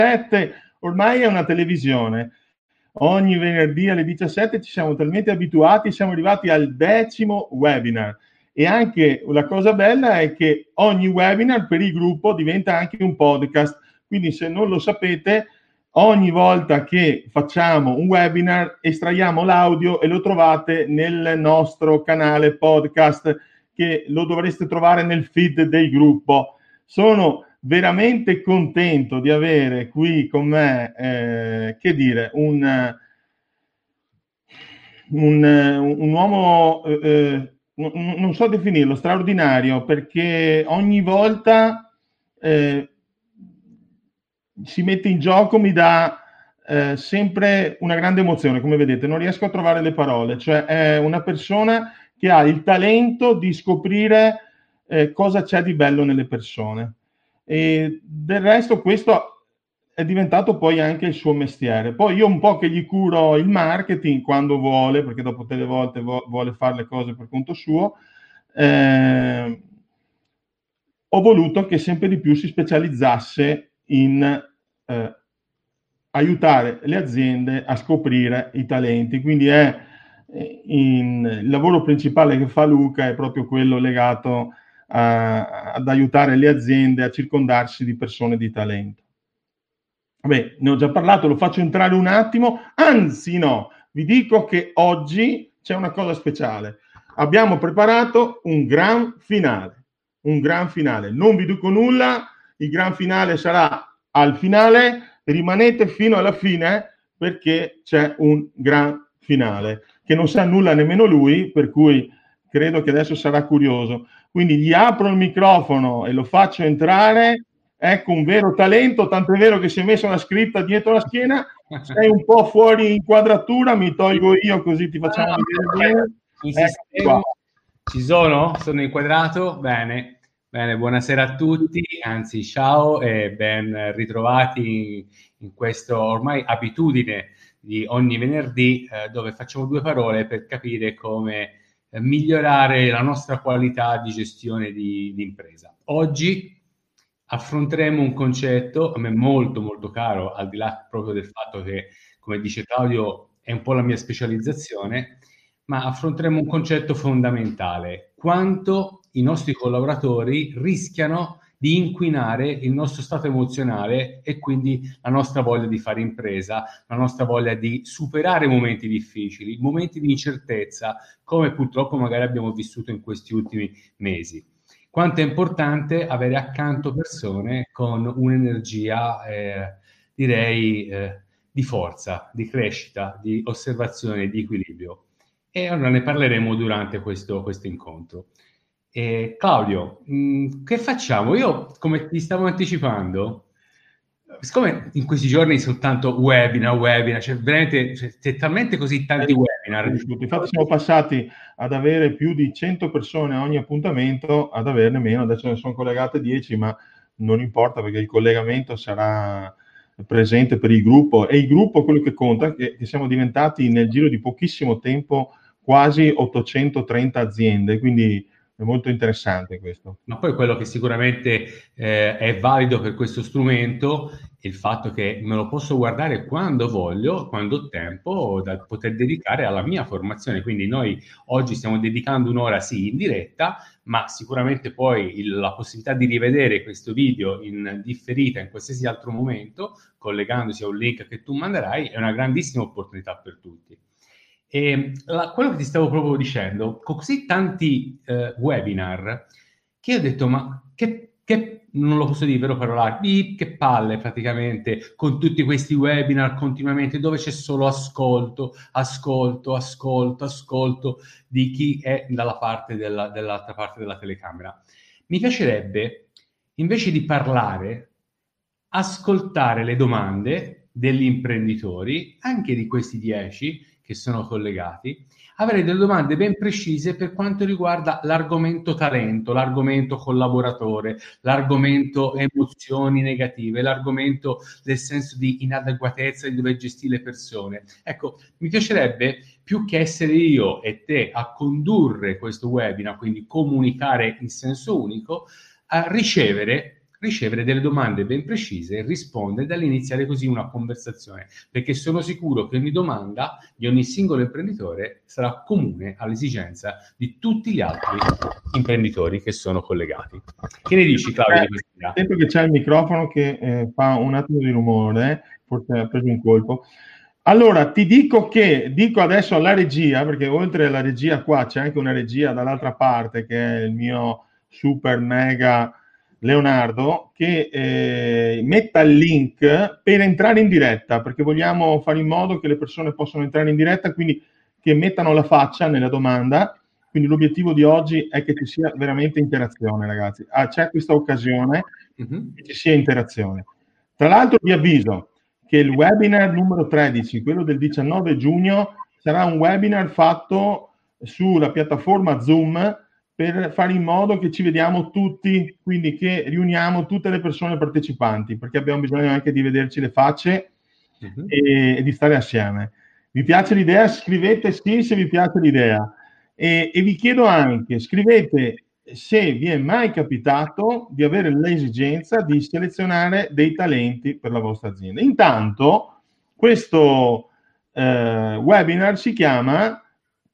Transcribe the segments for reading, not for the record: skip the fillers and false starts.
ormai è una televisione. Ogni venerdì alle 17 ci siamo talmente abituati, siamo arrivati al 10° webinar. E anche la cosa bella è che ogni webinar per il gruppo diventa anche un podcast. Quindi se non lo sapete, ogni volta che facciamo un webinar estraiamo l'audio e lo trovate nel nostro canale podcast, che lo dovreste trovare nel feed del gruppo. Sono veramente contento di avere qui con me, un uomo, non so definirlo, straordinario, perché ogni volta si mette in gioco, mi dà sempre una grande emozione, come vedete, non riesco a trovare le parole, cioè è una persona che ha il talento di scoprire cosa c'è di bello nelle persone. E del resto questo è diventato poi anche il suo mestiere. Poi io un po' che gli curo il marketing quando vuole, perché dopo delle volte vuole fare le cose per conto suo, ho voluto che sempre di più si specializzasse in aiutare le aziende a scoprire i talenti. Quindi il lavoro principale che fa Luca è proprio quello legato ad aiutare le aziende a circondarsi di persone di talento. Vabbè, ne ho già parlato, lo faccio entrare un attimo, anzi no, vi dico che oggi c'è una cosa speciale. Abbiamo preparato un gran finale, non vi dico nulla, il gran finale sarà al finale, rimanete fino alla fine perché c'è un gran finale, che non sa nulla nemmeno lui, per cui credo che adesso sarà curioso. Quindi gli apro il microfono e lo faccio entrare. Ecco un vero talento, tanto è vero che si è messo una scritta dietro la schiena. Sei un po' fuori inquadratura, mi tolgo io così ti facciamo vedere bene. Ci sono? Sono inquadrato? Bene. Bene, buonasera a tutti, anzi ciao e ben ritrovati in questa ormai abitudine di ogni venerdì dove facciamo due parole per capire come migliorare la nostra qualità di gestione di impresa. Oggi affronteremo un concetto a me molto molto caro, al di là proprio del fatto che, come dice Claudio, è un po' la mia specializzazione, ma affronteremo un concetto fondamentale: quanto i nostri collaboratori rischiano di inquinare il nostro stato emozionale e quindi la nostra voglia di fare impresa, la nostra voglia di superare momenti difficili, momenti di incertezza, come purtroppo magari abbiamo vissuto in questi ultimi mesi. Quanto è importante avere accanto persone con un'energia, direi, di forza, di crescita, di osservazione, di equilibrio. E allora ne parleremo durante questo incontro. Claudio, che facciamo? Io, come ti stavo anticipando, siccome in questi giorni soltanto webinar, cioè veramente c'è talmente così tanti webinar. Infatti siamo passati ad avere più di 100 persone a ogni appuntamento ad averne meno, adesso ne sono collegate 10, ma non importa perché il collegamento sarà presente per il gruppo, e il gruppo quello che conta è che siamo diventati nel giro di pochissimo tempo quasi 830 aziende, quindi è molto interessante questo. Ma poi quello che sicuramente è valido per questo strumento è il fatto che me lo posso guardare quando voglio, quando ho tempo, da poter dedicare alla mia formazione. Quindi noi oggi stiamo dedicando un'ora sì in diretta, ma sicuramente poi la possibilità di rivedere questo video in differita in qualsiasi altro momento, collegandosi a un link che tu manderai, è una grandissima opportunità per tutti. E quello che ti stavo proprio dicendo, con così tanti webinar, che ho detto, ma che non lo posso dire, però parolare, che palle praticamente, con tutti questi webinar continuamente, dove c'è solo ascolto di chi è dall'altra parte della telecamera. Mi piacerebbe, invece di parlare, ascoltare le domande degli imprenditori, anche di questi 10 che sono collegati, avere delle domande ben precise per quanto riguarda l'argomento talento, l'argomento collaboratore, l'argomento emozioni negative, l'argomento del senso di inadeguatezza di dover gestire le persone. Ecco, mi piacerebbe, più che essere io e te a condurre questo webinar, quindi comunicare in senso unico, a ricevere ricevere delle domande ben precise e rispondere dall'iniziare così una conversazione, perché sono sicuro che ogni domanda di ogni singolo imprenditore sarà comune all'esigenza di tutti gli altri imprenditori che sono collegati. Che ne dici, Claudio, di questa idea? Sento che c'è il microfono che fa un attimo di rumore, forse ha preso un colpo. Allora, ti dico adesso alla regia, perché oltre alla regia qua c'è anche una regia dall'altra parte, che è il mio super mega Leonardo, che metta il link per entrare in diretta, perché vogliamo fare in modo che le persone possano entrare in diretta, quindi che mettano la faccia nella domanda. Quindi l'obiettivo di oggi è che ci sia veramente interazione, ragazzi. C'è questa occasione che ci sia interazione. Tra l'altro vi avviso che il webinar numero 13, quello del 19 giugno, sarà un webinar fatto sulla piattaforma Zoom per fare in modo che ci vediamo tutti, quindi che riuniamo tutte le persone partecipanti, perché abbiamo bisogno anche di vederci le facce e di stare assieme. Vi piace l'idea? Scrivete sì se vi piace l'idea. E vi chiedo anche, scrivete se vi è mai capitato di avere l'esigenza di selezionare dei talenti per la vostra azienda. Intanto, questo webinar si chiama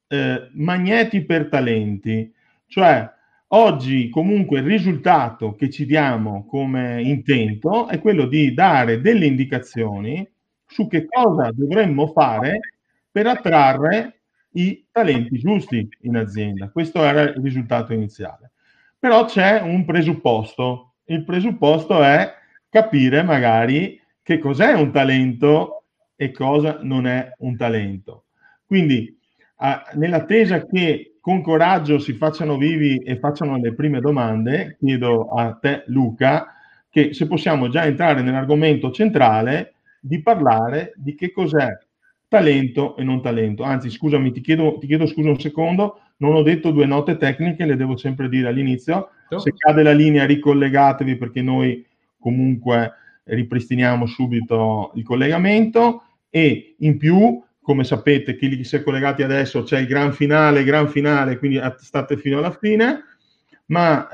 Magneti per Talenti, cioè oggi comunque il risultato che ci diamo come intento è quello di dare delle indicazioni su che cosa dovremmo fare per attrarre i talenti giusti in azienda. Questo era il risultato iniziale. Però c'è un presupposto. Il presupposto è capire magari che cos'è un talento e cosa non è un talento. Quindi, nell'attesa che con coraggio si facciano vivi e facciano le prime domande, chiedo a te, Luca, che se possiamo già entrare nell'argomento centrale di parlare di che cos'è talento e non talento. Anzi, scusami, ti chiedo scusa un secondo, non ho detto 2 note tecniche, le devo sempre dire all'inizio. Se cade la linea ricollegatevi, perché noi comunque ripristiniamo subito il collegamento, e in più, come sapete, chi si è collegati adesso, c'è il gran finale, quindi state fino alla fine, ma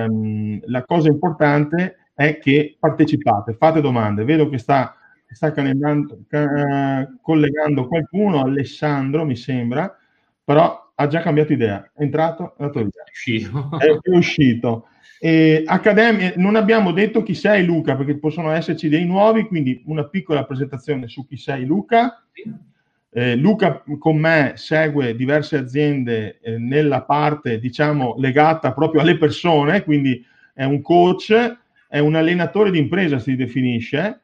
la cosa importante è che partecipate, fate domande. Vedo che sta collegando qualcuno, Alessandro mi sembra, però ha già cambiato idea, è entrato, è andato via. È uscito. Non abbiamo detto chi sei, Luca, perché possono esserci dei nuovi, quindi una piccola presentazione su chi sei, Luca. Luca con me segue diverse aziende nella parte, diciamo, legata proprio alle persone, quindi è un coach, è un allenatore di impresa, si definisce,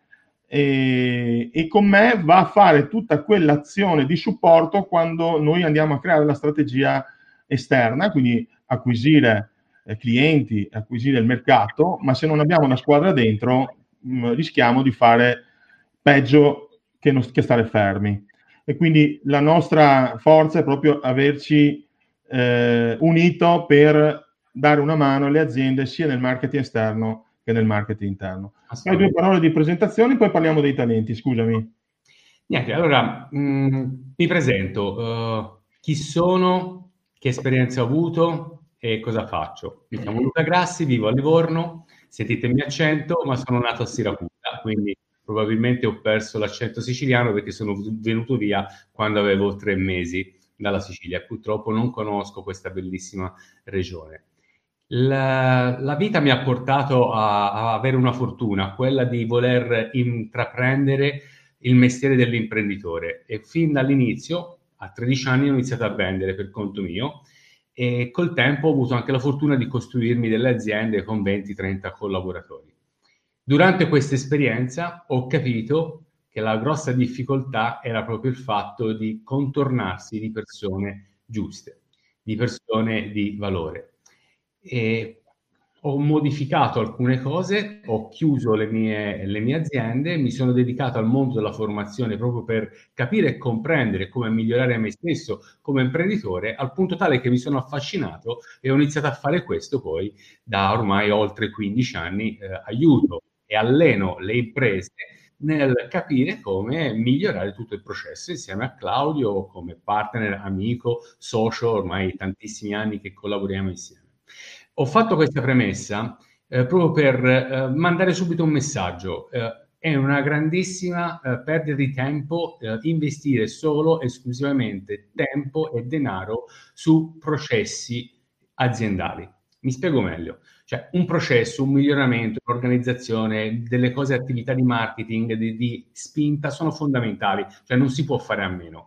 e con me va a fare tutta quell'azione di supporto quando noi andiamo a creare la strategia esterna, quindi acquisire clienti, acquisire il mercato, ma se non abbiamo una squadra dentro rischiamo di fare peggio che stare fermi. E quindi la nostra forza è proprio averci unito per dare una mano alle aziende sia nel marketing esterno che nel marketing interno. Fai 2 parole di presentazione, poi parliamo dei talenti, scusami. Niente, allora mi presento. Chi sono, che esperienza ho avuto e cosa faccio? Mi chiamo Luca Grassi, vivo a Livorno, sentite il mio accento, ma sono nato a Siracusa, quindi probabilmente ho perso l'accento siciliano perché sono venuto via quando avevo 3 mesi dalla Sicilia. Purtroppo non conosco questa bellissima regione. La vita mi ha portato a avere una fortuna, quella di voler intraprendere il mestiere dell'imprenditore, e fin dall'inizio, a 13 anni, ho iniziato a vendere per conto mio, e col tempo ho avuto anche la fortuna di costruirmi delle aziende con 20-30 collaboratori. Durante questa esperienza ho capito che la grossa difficoltà era proprio il fatto di contornarsi di persone giuste, di persone di valore. E ho modificato alcune cose, ho chiuso le mie aziende, mi sono dedicato al mondo della formazione proprio per capire e comprendere come migliorare me stesso come imprenditore, al punto tale che mi sono affascinato e ho iniziato a fare questo poi da ormai oltre 15 anni. Aiuto e alleno le imprese nel capire come migliorare tutto il processo insieme a Claudio come partner, amico, socio, ormai tantissimi anni che collaboriamo insieme. Ho fatto questa premessa proprio per mandare subito un messaggio. È una grandissima perdita di tempo investire solo esclusivamente tempo e denaro su processi aziendali. Mi spiego meglio. Cioè, un processo, un miglioramento, un'organizzazione, delle cose, attività di marketing, di spinta sono fondamentali, cioè non si può fare a meno.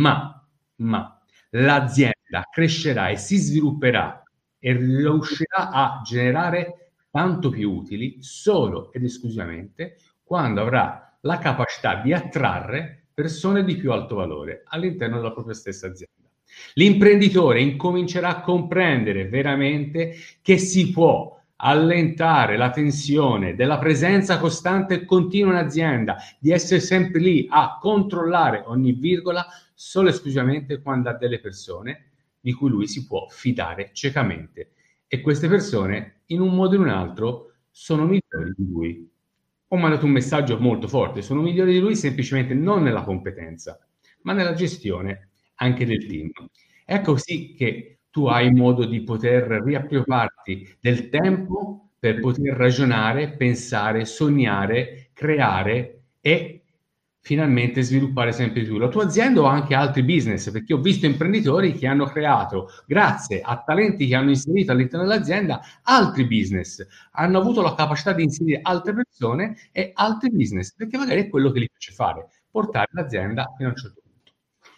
Ma l'azienda crescerà e si svilupperà e riuscirà a generare tanto più utili solo ed esclusivamente quando avrà la capacità di attrarre persone di più alto valore all'interno della propria stessa azienda. L'imprenditore incomincerà a comprendere veramente che si può allentare la tensione della presenza costante e continua in azienda, di essere sempre lì a controllare ogni virgola solo e esclusivamente quando ha delle persone di cui lui si può fidare ciecamente. E queste persone, in un modo o in un altro, sono migliori di lui. Ho mandato un messaggio molto forte, sono migliori di lui semplicemente non nella competenza, ma nella gestione anche del team. È così che tu hai modo di poter riappropriarti del tempo per poter ragionare, pensare, sognare, creare e finalmente sviluppare sempre di più la tua azienda o anche altri business, perché ho visto imprenditori che hanno creato, grazie a talenti che hanno inserito all'interno dell'azienda, altri business, hanno avuto la capacità di inserire altre persone e altri business, perché magari è quello che li piace fare, portare l'azienda fino a un certo punto.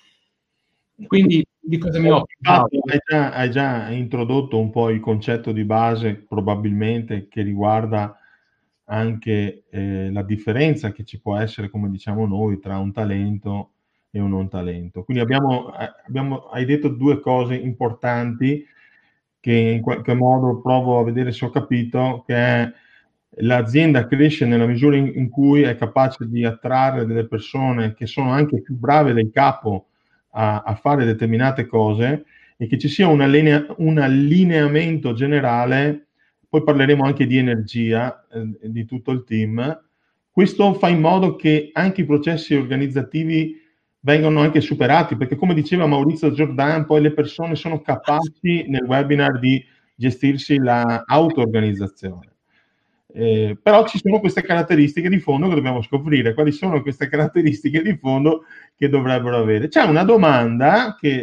Quindi di cosa mi occupo? Hai già introdotto un po' il concetto di base, probabilmente, che riguarda anche la differenza che ci può essere, come diciamo noi, tra un talento e un non talento. Quindi hai detto due cose importanti che in qualche modo provo a vedere se ho capito, che è l'azienda cresce nella misura in cui è capace di attrarre delle persone che sono anche più brave del capo a fare determinate cose e che ci sia un allineamento generale. Poi parleremo anche di energia di tutto il team. Questo fa in modo che anche i processi organizzativi vengano anche superati, perché come diceva Maurizio Giordano, poi le persone sono capaci nel webinar di gestirsi la auto-organizzazione. Però ci sono queste caratteristiche di fondo che dobbiamo scoprire. Quali sono queste caratteristiche di fondo che dovrebbero avere? C'è una domanda che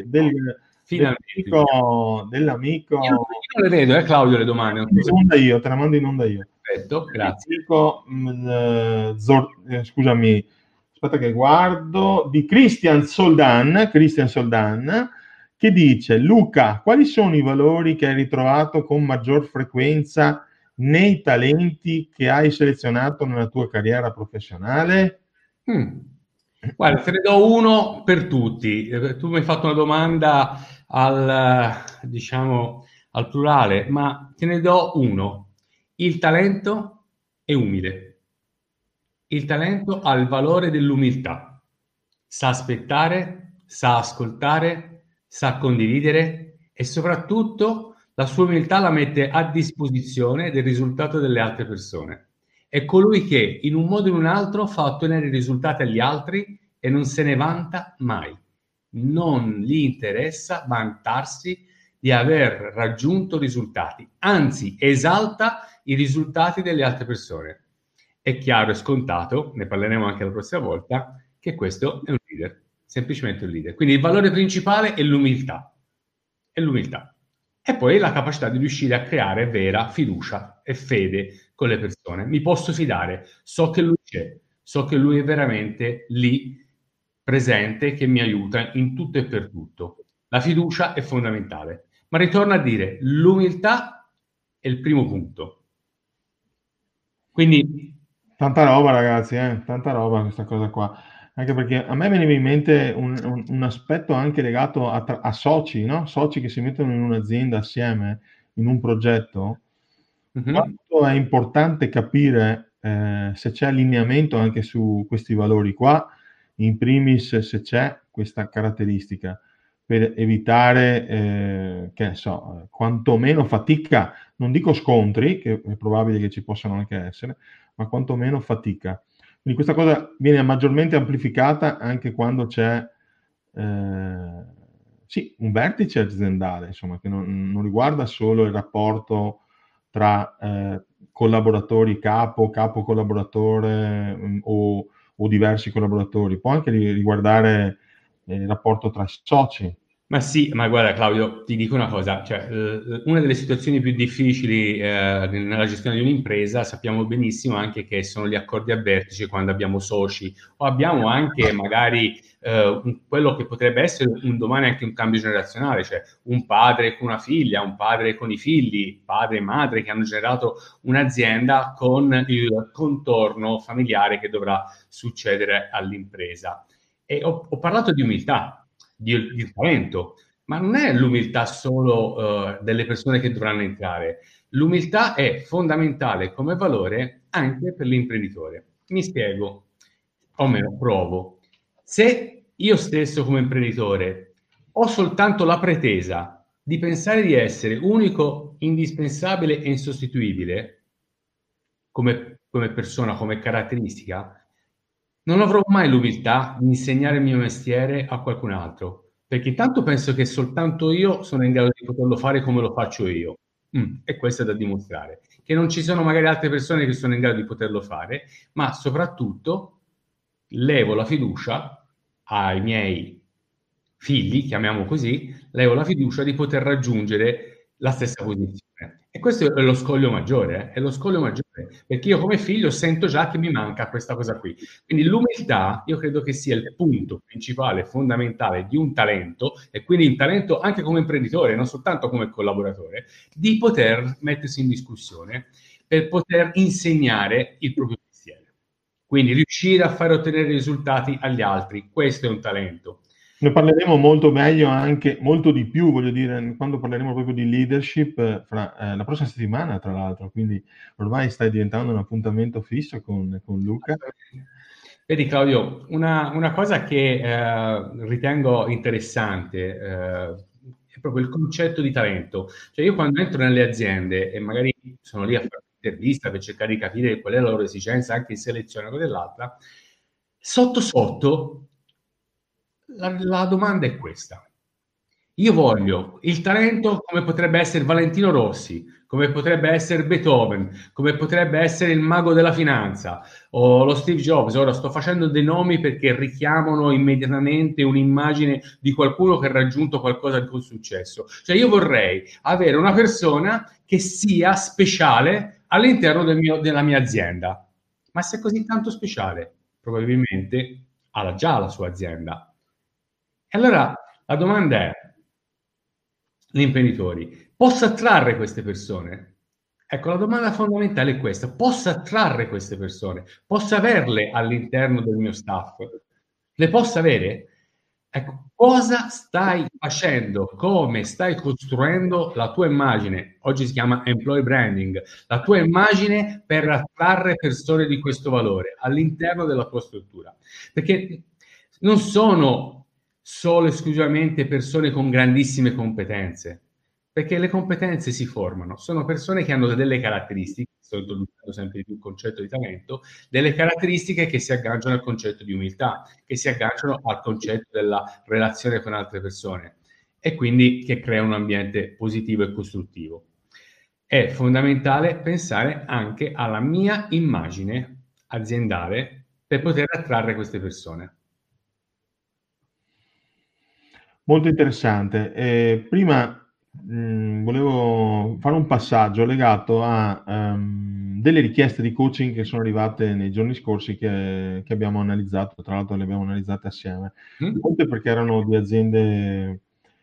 dell'amico Io non le vedo, Claudio, le domande. te la mando in onda io. Perfetto, grazie. Scusami, aspetta che guardo, di Christian Soldan, che dice: Luca, quali sono i valori che hai ritrovato con maggior frequenza nei talenti che hai selezionato nella tua carriera professionale? Guarda, te ne do uno per tutti. Tu mi hai fatto una domanda diciamo, al plurale, ma te ne do uno. Il talento è umile. Il talento ha il valore dell'umiltà. Sa aspettare, sa ascoltare, sa condividere e soprattutto la sua umiltà la mette a disposizione del risultato delle altre persone. È colui che in un modo o in un altro fa ottenere i risultati agli altri e non se ne vanta mai. Non gli interessa vantarsi di aver raggiunto risultati, anzi esalta i risultati delle altre persone. È chiaro e scontato, ne parleremo anche la prossima volta, che questo è un leader, semplicemente un leader. Quindi il valore principale è l'umiltà. È l'umiltà. E poi la capacità di riuscire a creare vera fiducia e fede con le persone. Mi posso fidare, so che lui c'è, so che lui è veramente lì, presente, che mi aiuta in tutto e per tutto. La fiducia è fondamentale. Ma ritorno a dire, l'umiltà è il primo punto. Quindi tanta roba, ragazzi, tanta roba questa cosa qua. Anche perché a me veniva in mente un aspetto anche legato a soci, no? Soci che si mettono in un'azienda assieme, in un progetto. Quanto è importante capire se c'è allineamento anche su questi valori qua, in primis se c'è questa caratteristica, per evitare, che ne so, quantomeno fatica, non dico scontri, che è probabile che ci possano anche essere, ma quantomeno fatica. Quindi questa cosa viene maggiormente amplificata anche quando c'è sì, un vertice aziendale, insomma, che non riguarda solo il rapporto tra collaboratori, capo collaboratore, o diversi collaboratori, può anche riguardare il rapporto tra soci. Ma sì, ma guarda Claudio, ti dico una cosa, cioè, una delle situazioni più difficili nella gestione di un'impresa, sappiamo benissimo anche che sono gli accordi a vertice quando abbiamo soci o abbiamo anche magari quello che potrebbe essere un domani anche un cambio generazionale, cioè un padre con una figlia, un padre con i figli, padre e madre che hanno generato un'azienda con il contorno familiare che dovrà succedere all'impresa. E ho parlato di umiltà, di talento, ma non è l'umiltà solo delle persone che dovranno entrare. L'umiltà è fondamentale come valore anche per l'imprenditore. Mi spiego, o meno provo. Se io stesso come imprenditore ho soltanto la pretesa di pensare di essere unico, indispensabile e insostituibile come persona, come caratteristica, non avrò mai l'umiltà di insegnare il mio mestiere a qualcun altro, perché intanto penso che soltanto io sono in grado di poterlo fare come lo faccio io. E questo è da dimostrare. Che non ci sono magari altre persone che sono in grado di poterlo fare, ma soprattutto levo la fiducia ai miei figli, chiamiamo così, levo la fiducia di poter raggiungere la stessa posizione. E questo è lo scoglio maggiore, è lo scoglio maggiore, perché io come figlio sento già che mi manca questa cosa qui. Quindi l'umiltà, io credo che sia il punto principale, fondamentale di un talento, e quindi un talento anche come imprenditore, non soltanto come collaboratore, di poter mettersi in discussione per poter insegnare il proprio mestiere. Quindi riuscire a fare ottenere risultati agli altri, questo è un talento. Ne parleremo molto meglio, anche molto di più, voglio dire, quando parleremo proprio di leadership, la prossima settimana, tra l'altro, quindi ormai stai diventando un appuntamento fisso con Luca. Vedi Claudio, una cosa che ritengo interessante è proprio il concetto di talento. Cioè io quando entro nelle aziende e magari sono lì a fare un'intervista per cercare di capire qual è la loro esigenza anche in selezione o dell'altra, sotto sotto la domanda è questa. Io voglio il talento come potrebbe essere Valentino Rossi, come potrebbe essere Beethoven, come potrebbe essere il mago della finanza o lo Steve Jobs. Ora sto facendo dei nomi perché richiamano immediatamente un'immagine di qualcuno che ha raggiunto qualcosa di successo. Cioè io vorrei avere una persona che sia speciale all'interno della mia azienda. Ma se è così tanto speciale, probabilmente ha già la sua azienda. E allora la domanda è, gli imprenditori, posso attrarre queste persone? Ecco, la domanda fondamentale è questa: posso attrarre queste persone? Posso averle all'interno del mio staff? Le posso avere? Ecco, cosa stai facendo? Come stai costruendo la tua immagine? Oggi si chiama employee branding, la tua immagine per attrarre persone di questo valore all'interno della tua struttura. Perché non sono solo esclusivamente persone con grandissime competenze, perché le competenze si formano, sono persone che hanno delle caratteristiche, sto introducendo sempre di più il concetto di talento, delle caratteristiche che si agganciano al concetto di umiltà, che si agganciano al concetto della relazione con altre persone e quindi che crea un ambiente positivo e costruttivo. È fondamentale pensare anche alla mia immagine aziendale per poter attrarre queste persone. Molto interessante. Prima volevo fare un passaggio legato a delle richieste di coaching che sono arrivate nei giorni scorsi che abbiamo analizzato, tra l'altro le abbiamo analizzate assieme, molte perché erano di aziende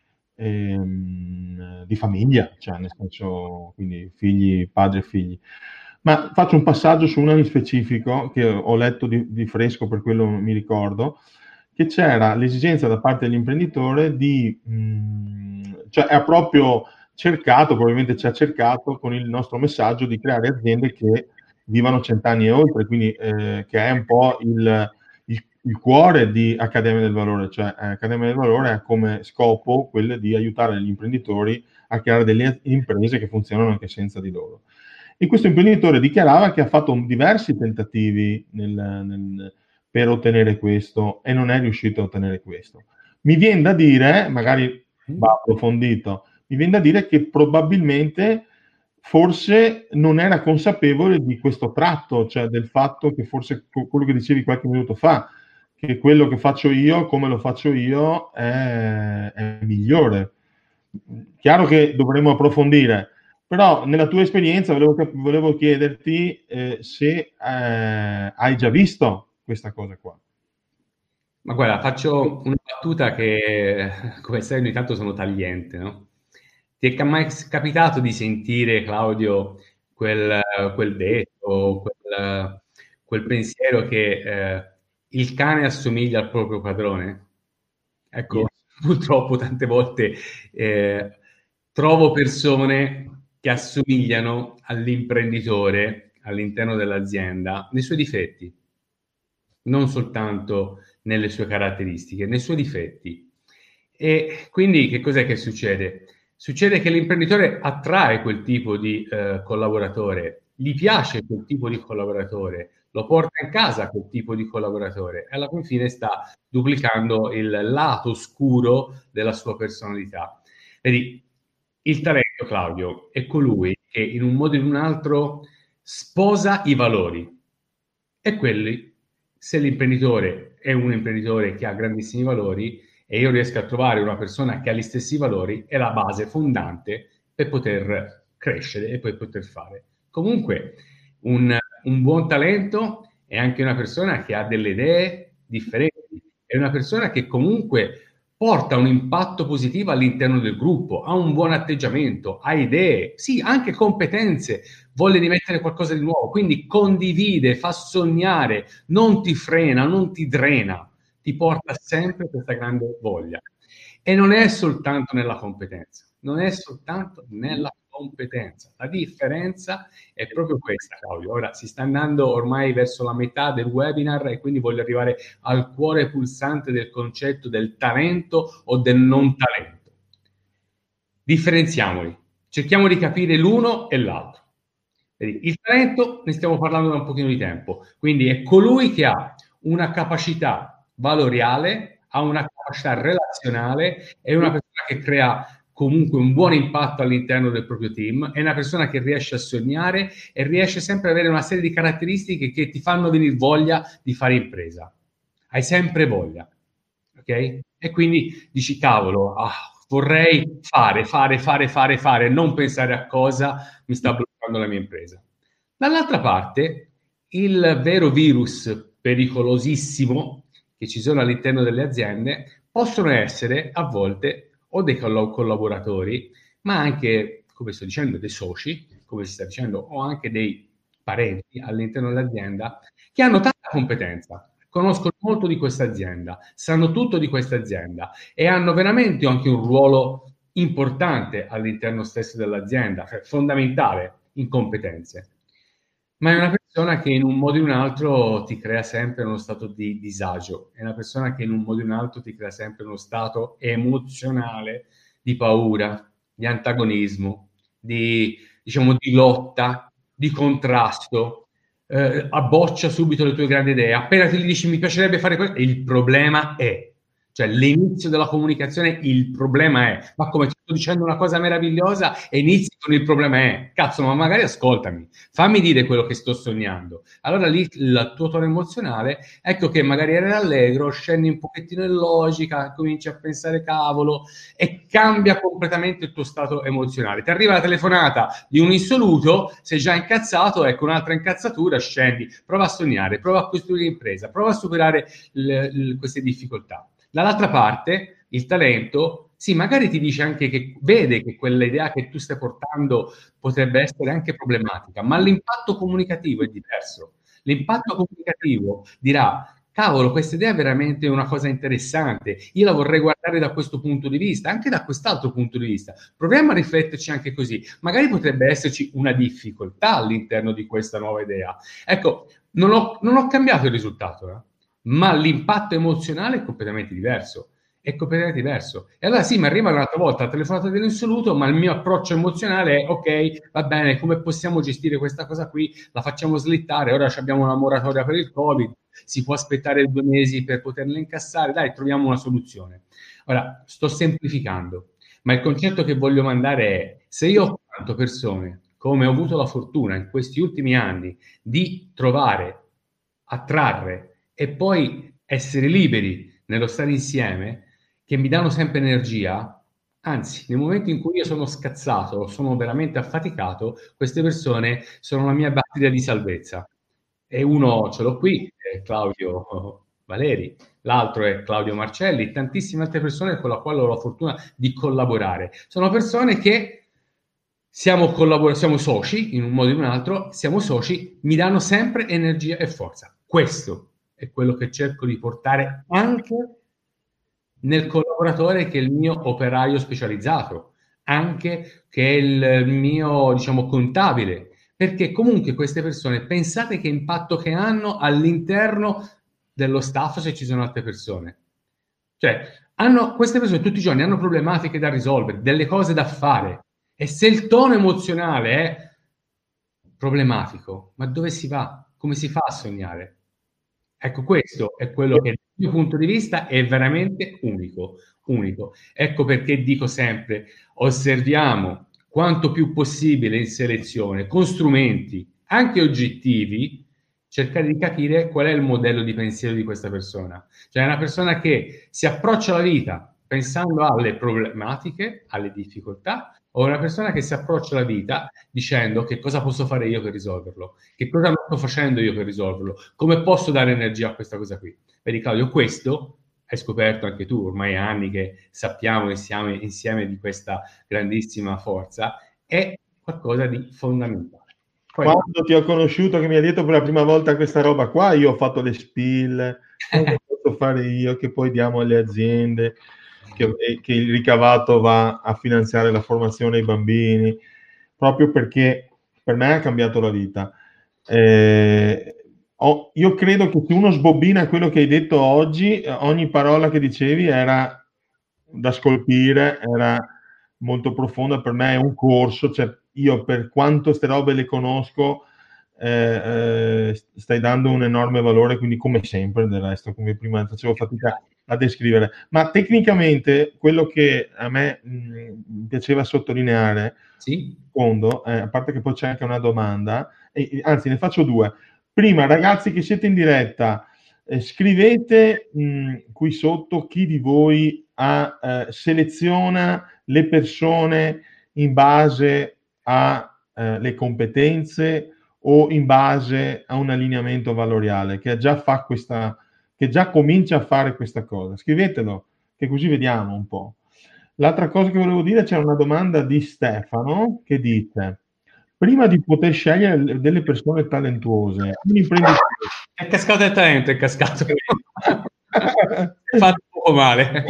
di famiglia, cioè nel senso, quindi figli, padri e figli. Ma faccio un passaggio su una in specifico che ho letto di fresco, per quello mi ricordo, che c'era l'esigenza da parte dell'imprenditore di, cioè ha proprio cercato, probabilmente ci ha cercato con il nostro messaggio di creare aziende che vivano 100 anni e oltre, quindi che è un po' il cuore di Accademia del Valore, cioè Accademia del Valore ha come scopo quello di aiutare gli imprenditori a creare delle imprese che funzionano anche senza di loro. E questo imprenditore dichiarava che ha fatto diversi tentativi per ottenere questo e non è riuscito a ottenere questo. Mi viene da dire, magari va approfondito, mi viene da dire che probabilmente forse non era consapevole di questo tratto, cioè del fatto che forse quello che dicevi qualche minuto fa, che quello che faccio io, come lo faccio io, è migliore. Chiaro che dovremmo approfondire, però nella tua esperienza volevo chiederti se hai già visto questa cosa qua. Ma guarda, faccio una battuta che, come sai, ogni tanto sono tagliente, no? Ti è mai capitato di sentire, Claudio, quel detto, quel pensiero che il cane assomiglia al proprio padrone? Ecco, Yes. purtroppo tante volte trovo persone che assomigliano all'imprenditore all'interno dell'azienda nei suoi difetti, non soltanto nelle sue caratteristiche, nei suoi difetti. E quindi che cos'è che succede? Succede che l'imprenditore attrae quel tipo di collaboratore, gli piace quel tipo di collaboratore, lo porta in casa quel tipo di collaboratore e alla fine sta duplicando il lato oscuro della sua personalità. Vedi, il talento, Claudio, è colui che in un modo o in un altro sposa i valori e quelli, se l'imprenditore è un imprenditore che ha grandissimi valori e io riesco a trovare una persona che ha gli stessi valori, è la base fondante per poter crescere e poi poter fare. Comunque, un buon talento è anche una persona che ha delle idee differenti, è una persona che comunque porta un impatto positivo all'interno del gruppo, ha un buon atteggiamento, ha idee, sì, anche competenze, vuole rimettere qualcosa di nuovo, quindi condivide, fa sognare, non ti frena, non ti drena, ti porta sempre questa grande voglia. E non è soltanto nella competenza, non è soltanto nella competenza. La differenza è proprio questa, Claudio. Ora si sta andando ormai verso la metà del webinar e quindi voglio arrivare al cuore pulsante del concetto del talento o del non talento. Differenziamoli, cerchiamo di capire l'uno e l'altro. Il talento, ne stiamo parlando da un pochino di tempo, quindi è colui che ha una capacità valoriale, ha una capacità relazionale, è una persona che crea comunque un buon impatto all'interno del proprio team, è una persona che riesce a sognare e riesce sempre ad avere una serie di caratteristiche che ti fanno venire voglia di fare impresa. Hai sempre voglia, ok? E quindi dici, cavolo, vorrei fare, non pensare a cosa mi sta bloccando la mia impresa. Dall'altra parte, il vero virus pericolosissimo che ci sono all'interno delle aziende possono essere a volte o dei collaboratori, ma anche, come sto dicendo, dei soci, come si sta dicendo, o anche dei parenti all'interno dell'azienda che hanno tanta competenza, conoscono molto di questa azienda, sanno tutto di questa azienda e hanno veramente anche un ruolo importante all'interno stesso dell'azienda, cioè fondamentale in competenze. Ma è una persona che in un modo o in un altro ti crea sempre uno stato di disagio, è una persona che in un modo o in un altro ti crea sempre uno stato emozionale di paura, di antagonismo, diciamo, di lotta, di contrasto, abboccia subito le tue grandi idee. Appena ti dici mi piacerebbe fare questo, il problema è, cioè l'inizio della comunicazione, il problema è, ma come ti sto dicendo una cosa meravigliosa e inizi con il problema è, cazzo, ma magari ascoltami, fammi dire quello che sto sognando. Allora lì il tuo tono emozionale, ecco che magari eri allegro, scendi un pochettino in logica, cominci a pensare cavolo e cambia completamente il tuo stato emozionale. Ti arriva la telefonata di un insoluto, sei già incazzato, ecco un'altra incazzatura, scendi, prova a sognare, prova a costruire impresa, prova a superare queste difficoltà. Dall'altra parte, il talento, sì, magari ti dice anche che vede che quell'idea che tu stai portando potrebbe essere anche problematica, ma l'impatto comunicativo è diverso. L'impatto comunicativo dirà, cavolo, questa idea è veramente una cosa interessante, io la vorrei guardare da questo punto di vista, anche da quest'altro punto di vista. Proviamo a rifletterci anche così. Magari potrebbe esserci una difficoltà all'interno di questa nuova idea. Ecco, non ho cambiato il risultato, ma l'impatto emozionale è completamente diverso. È completamente diverso. E allora sì, mi arriva un'altra volta la telefonata dell'insoluto, ma il mio approccio emozionale è ok, va bene, come possiamo gestire questa cosa qui? La facciamo slittare, ora abbiamo una moratoria per il Covid, si può aspettare 2 mesi per poterla incassare, dai, troviamo una soluzione. Ora, sto semplificando, ma il concetto che voglio mandare è, se io ho 80 persone come ho avuto la fortuna in questi ultimi anni di trovare, attrarre e poi essere liberi nello stare insieme, che mi danno sempre energia, anzi, nel momento in cui io sono scazzato, sono veramente affaticato, queste persone sono la mia battaglia di salvezza. E uno ce l'ho qui, è Claudio Valeri, l'altro è Claudio Marcelli, tantissime altre persone con le quali ho la fortuna di collaborare. Sono persone che siamo soci in un modo o in un altro, siamo soci, mi danno sempre energia e forza. Questo è quello che cerco di portare anche nel collaboratore che è il mio operaio specializzato, anche che è il mio, diciamo, contabile, perché comunque queste persone, pensate che impatto che hanno all'interno dello staff se ci sono altre persone. Cioè, queste persone tutti i giorni hanno problematiche da risolvere, delle cose da fare, e se il tono emozionale è problematico, ma dove si va? Come si fa a sognare? Ecco, questo è quello che dal mio punto di vista è veramente unico, unico. Ecco perché dico sempre, osserviamo quanto più possibile in selezione, con strumenti anche oggettivi, cercare di capire qual è il modello di pensiero di questa persona. Cioè è una persona che si approccia alla vita pensando alle problematiche, alle difficoltà, o una persona che si approccia alla vita dicendo che cosa posso fare io per risolverlo, che cosa sto facendo io per risolverlo, come posso dare energia a questa cosa qui. Vedi Claudio, questo hai scoperto anche tu, ormai anni che sappiamo e siamo insieme di questa grandissima forza, è qualcosa di fondamentale. Poi, quando ti ho conosciuto che mi hai detto per la prima volta questa roba qua, io ho fatto le spill, cosa posso fare io, che poi diamo alle aziende, che il ricavato va a finanziare la formazione dei bambini, proprio perché per me ha cambiato la vita. Io credo che se uno sbobbina quello che hai detto oggi, ogni parola che dicevi era da scolpire, era molto profonda, per me è un corso, cioè io per quanto queste robe le conosco, stai dando un enorme valore, quindi come sempre del resto, come prima facevo fatica a descrivere, ma tecnicamente quello che a me piaceva sottolineare, sì? secondo, a parte che poi c'è anche una domanda, anzi ne faccio due. Prima, ragazzi che siete in diretta, scrivete qui sotto chi di voi seleziona le persone in base alle competenze o in base a un allineamento valoriale, che già comincia a fare questa cosa. Scrivetelo, che così vediamo un po'. L'altra cosa che volevo dire, c'è una domanda di Stefano che dice: prima di poter scegliere delle persone talentuose, un imprenditore... È cascato il talento, è cascato. È fatto un po' male.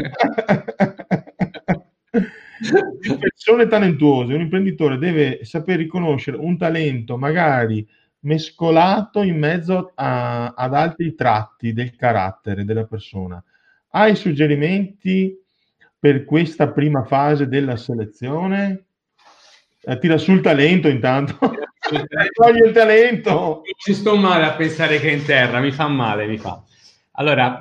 Persone talentuose, un imprenditore deve saper riconoscere un talento magari mescolato in mezzo ad altri tratti del carattere della persona. Hai suggerimenti per questa prima fase della selezione? Tira sul talento intanto. Togli il talento. Ci sto male a pensare che è in terra, mi fa male, mi fa. Allora,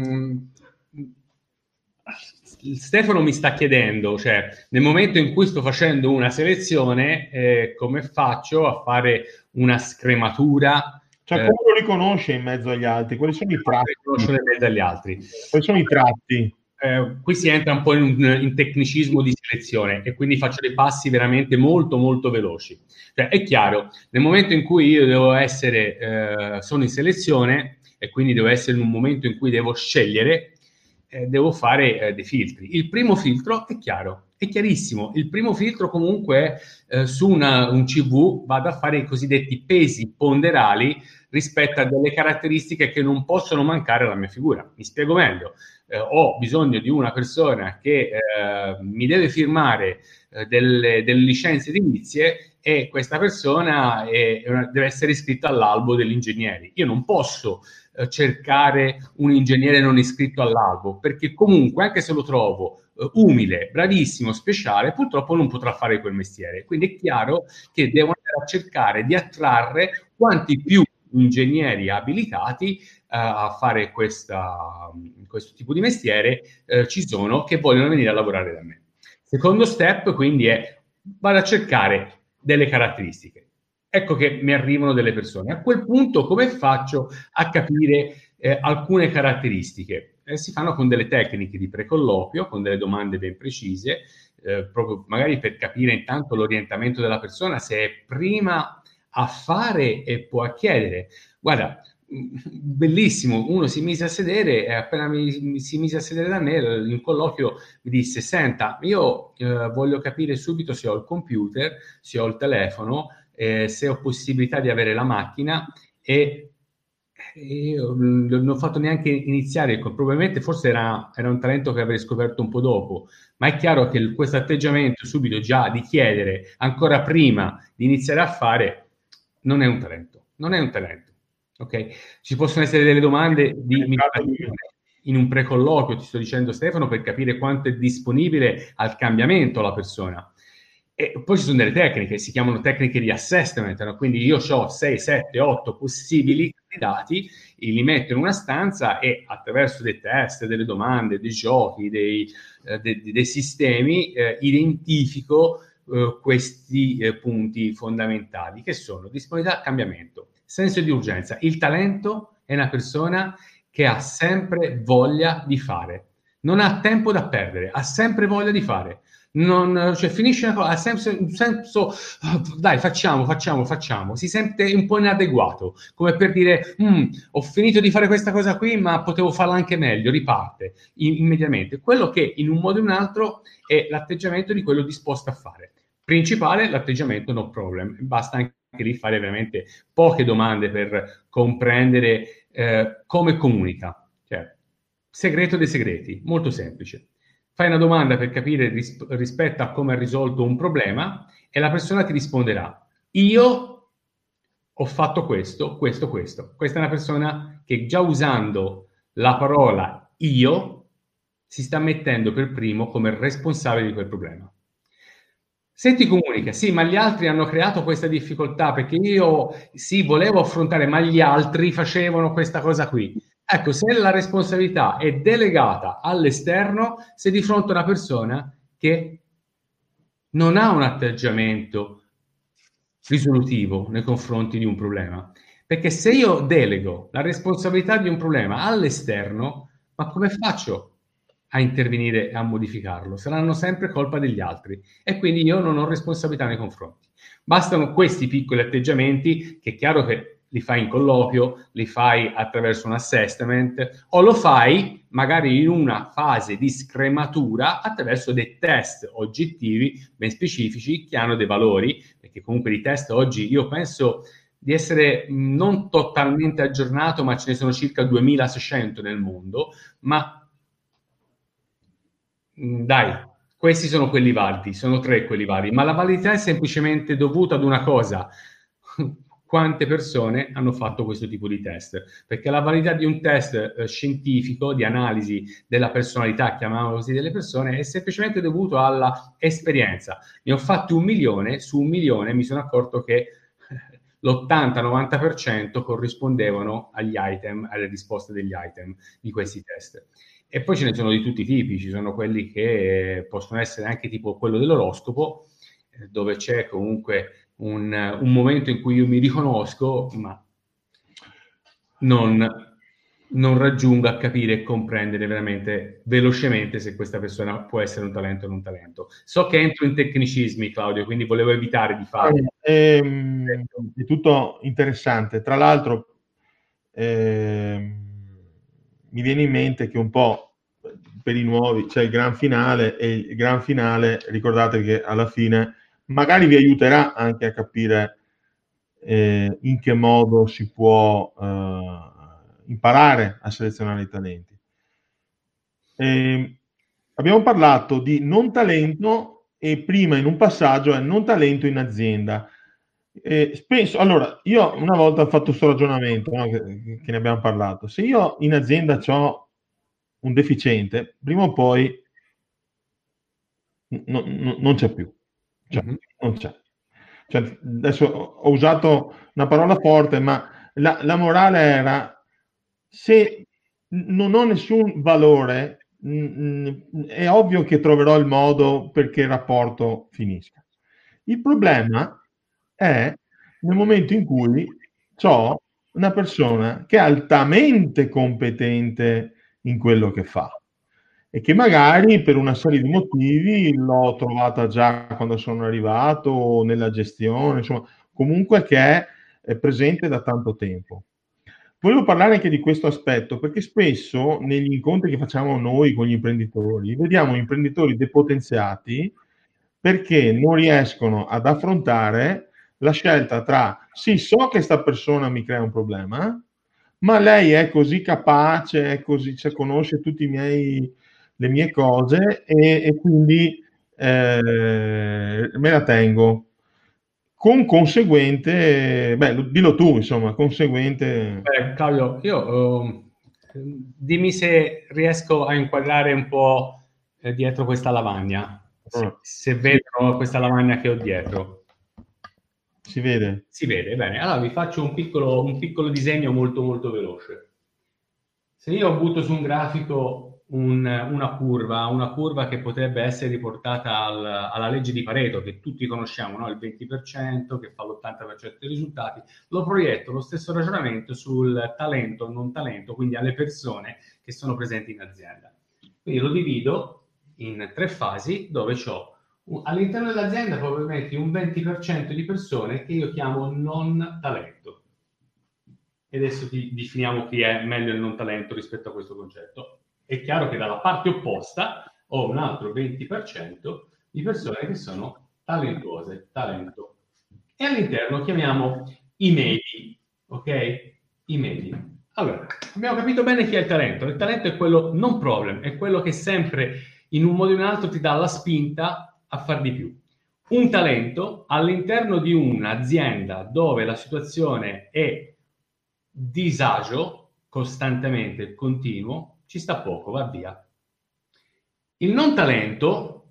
Stefano mi sta chiedendo, cioè, nel momento in cui sto facendo una selezione, come faccio a fare una scrematura? Cioè, come lo riconosce in mezzo agli altri? Quali sono i tratti? Riconoscere in mezzo agli altri. Quali sono i tratti? Qui si entra un po' in tecnicismo di selezione e quindi faccio dei passi veramente molto molto veloci. Cioè, è chiaro, nel momento in cui io devo essere, sono in selezione e quindi devo essere in un momento in cui devo scegliere, devo fare dei filtri. Il primo filtro è chiaro, è chiarissimo. Il primo filtro comunque su un CV vado a fare i cosiddetti pesi ponderali rispetto a delle caratteristiche che non possono mancare alla mia figura. Mi spiego meglio. Ho bisogno di una persona che mi deve firmare delle licenze edilizie e questa persona deve essere iscritta all'albo degli ingegneri. Io non posso cercare un ingegnere non iscritto all'albo, perché comunque, anche se lo trovo umile, bravissimo, speciale, purtroppo non potrà fare quel mestiere. Quindi è chiaro che devo andare a cercare di attrarre quanti più ingegneri abilitati a fare questo tipo di mestiere ci sono, che vogliono venire a lavorare da me. Secondo step quindi è vado a cercare delle caratteristiche. Ecco che mi arrivano delle persone. A quel punto come faccio a capire alcune caratteristiche? Si fanno con delle tecniche di precolloquio, con delle domande ben precise, proprio magari per capire intanto l'orientamento della persona, se è prima a fare e poi a chiedere. Guarda, bellissimo, uno si mise a sedere e appena si mise a sedere da me in colloquio mi disse: senta, io voglio capire subito se ho il computer, se ho il telefono, se ho possibilità di avere la macchina, e io non ho fatto neanche iniziare, probabilmente forse era un talento che avrei scoperto un po' dopo, ma è chiaro che questo atteggiamento subito già di chiedere ancora prima di iniziare a fare non è un talento, non è un talento, ok? Ci possono essere delle domande di in un precolloquio, ti sto dicendo Stefano, per capire quanto è disponibile al cambiamento la persona. E poi ci sono delle tecniche, si chiamano tecniche di assessment, no? Quindi io ho 6, 7, 8 possibili candidati, li metto in una stanza e attraverso dei test, delle domande, dei giochi, dei sistemi, identifico questi punti fondamentali, che sono disponibilità, cambiamento, senso di urgenza. Il talento è una persona che ha sempre voglia di fare, non ha tempo da perdere, ha sempre voglia di fare. Cioè, finisce una cosa, ha sempre un senso, dai, facciamo, si sente un po' inadeguato, come per dire, ho finito di fare questa cosa qui, ma potevo farla anche meglio, riparte immediatamente. Quello che in un modo o in un altro è l'atteggiamento di quello disposto a fare. Principale, l'atteggiamento no problem, basta anche lì fare veramente poche domande per comprendere come comunica, cioè, segreto dei segreti, molto semplice. Fai una domanda per capire rispetto a come ha risolto un problema e la persona ti risponderà: io ho fatto questo, questo, questo. Questa è una persona che già usando la parola io si sta mettendo per primo come responsabile di quel problema. Se ti comunica, sì, ma gli altri hanno creato questa difficoltà perché io sì, volevo affrontare, ma gli altri facevano questa cosa qui. Ecco, se la responsabilità è delegata all'esterno, sei di fronte a una persona che non ha un atteggiamento risolutivo nei confronti di un problema. Perché se io delego la responsabilità di un problema all'esterno, ma come faccio a intervenire e a modificarlo? Saranno sempre colpa degli altri e quindi io non ho responsabilità nei confronti. Bastano questi piccoli atteggiamenti, che è chiaro che li fai in colloquio, li fai attraverso un assessment o lo fai magari in una fase di scrematura attraverso dei test oggettivi ben specifici che hanno dei valori, perché comunque di test oggi io penso di essere non totalmente aggiornato, ma ce ne sono circa 2600 nel mondo, ma dai, questi sono quelli validi, sono 3 quelli validi, ma la validità è semplicemente dovuta ad una cosa: quante persone hanno fatto questo tipo di test, perché la validità di un test scientifico, di analisi della personalità, chiamiamolo così, delle persone, è semplicemente dovuto alla esperienza. Ne ho fatti 1 milione, su 1 milione mi sono accorto che l'80-90% corrispondevano agli item, alle risposte degli item di questi test. E poi ce ne sono di tutti i tipi, ci sono quelli che possono essere anche tipo quello dell'oroscopo, dove c'è comunque un momento in cui io mi riconosco, ma non raggiungo a capire e comprendere veramente velocemente se questa persona può essere un talento o non un talento. So che entro in tecnicismi, Claudio, quindi volevo evitare di fare. È tutto interessante. Tra l'altro, mi viene in mente che un po' per i nuovi c'è il gran finale, e il gran finale, ricordate che alla fine magari vi aiuterà anche a capire in che modo si può imparare a selezionare i talenti. Abbiamo parlato di non talento e prima in un passaggio è non talento in azienda. Spesso, allora, io una volta ho fatto questo ragionamento, no, che ne abbiamo parlato. Se io in azienda ho un deficiente, prima o poi non c'è più. Cioè, non c'è. Cioè, adesso ho usato una parola forte, ma la morale era: se non ho nessun valore, è ovvio che troverò il modo perché il rapporto finisca. Il problema è nel momento in cui c'ho una persona che è altamente competente in quello che fa e che magari per una serie di motivi l'ho trovata già quando sono arrivato nella gestione, insomma, comunque che è presente da tanto tempo. Volevo parlare anche di questo aspetto perché spesso negli incontri che facciamo noi con gli imprenditori vediamo imprenditori depotenziati perché non riescono ad affrontare la scelta tra sì, so che sta persona mi crea un problema, ma lei è così capace, è così, cioè, conosce tutti le mie cose e quindi me la tengo. Con conseguente, beh, dillo tu, insomma, conseguente. Claudio, io dimmi se riesco a inquadrare un po' dietro questa lavagna, se Sì, vedo questa lavagna che ho dietro. si vede. Si vede, bene. Allora vi faccio un piccolo disegno molto molto veloce. Se io butto su un grafico una curva che potrebbe essere riportata alla legge di Pareto, che tutti conosciamo, no? Il 20% che fa l'80% dei risultati, lo proietto lo stesso ragionamento sul talento, non talento, quindi alle persone che sono presenti in azienda. Quindi lo divido in 3 fasi dove ho all'interno dell'azienda probabilmente un 20% di persone che io chiamo non talento. E adesso definiamo chi è meglio il non talento rispetto a questo concetto. È chiaro che dalla parte opposta ho un altro 20% di persone che sono talentuose, talento. E all'interno chiamiamo i medi, ok? I medi. Allora, abbiamo capito bene chi è il talento. Il talento è quello non problem, è quello che sempre in un modo o in un altro ti dà la spinta a far di più. Un talento all'interno di un'azienda dove la situazione è disagio costantemente continuo, ci sta poco, va via. Il non talento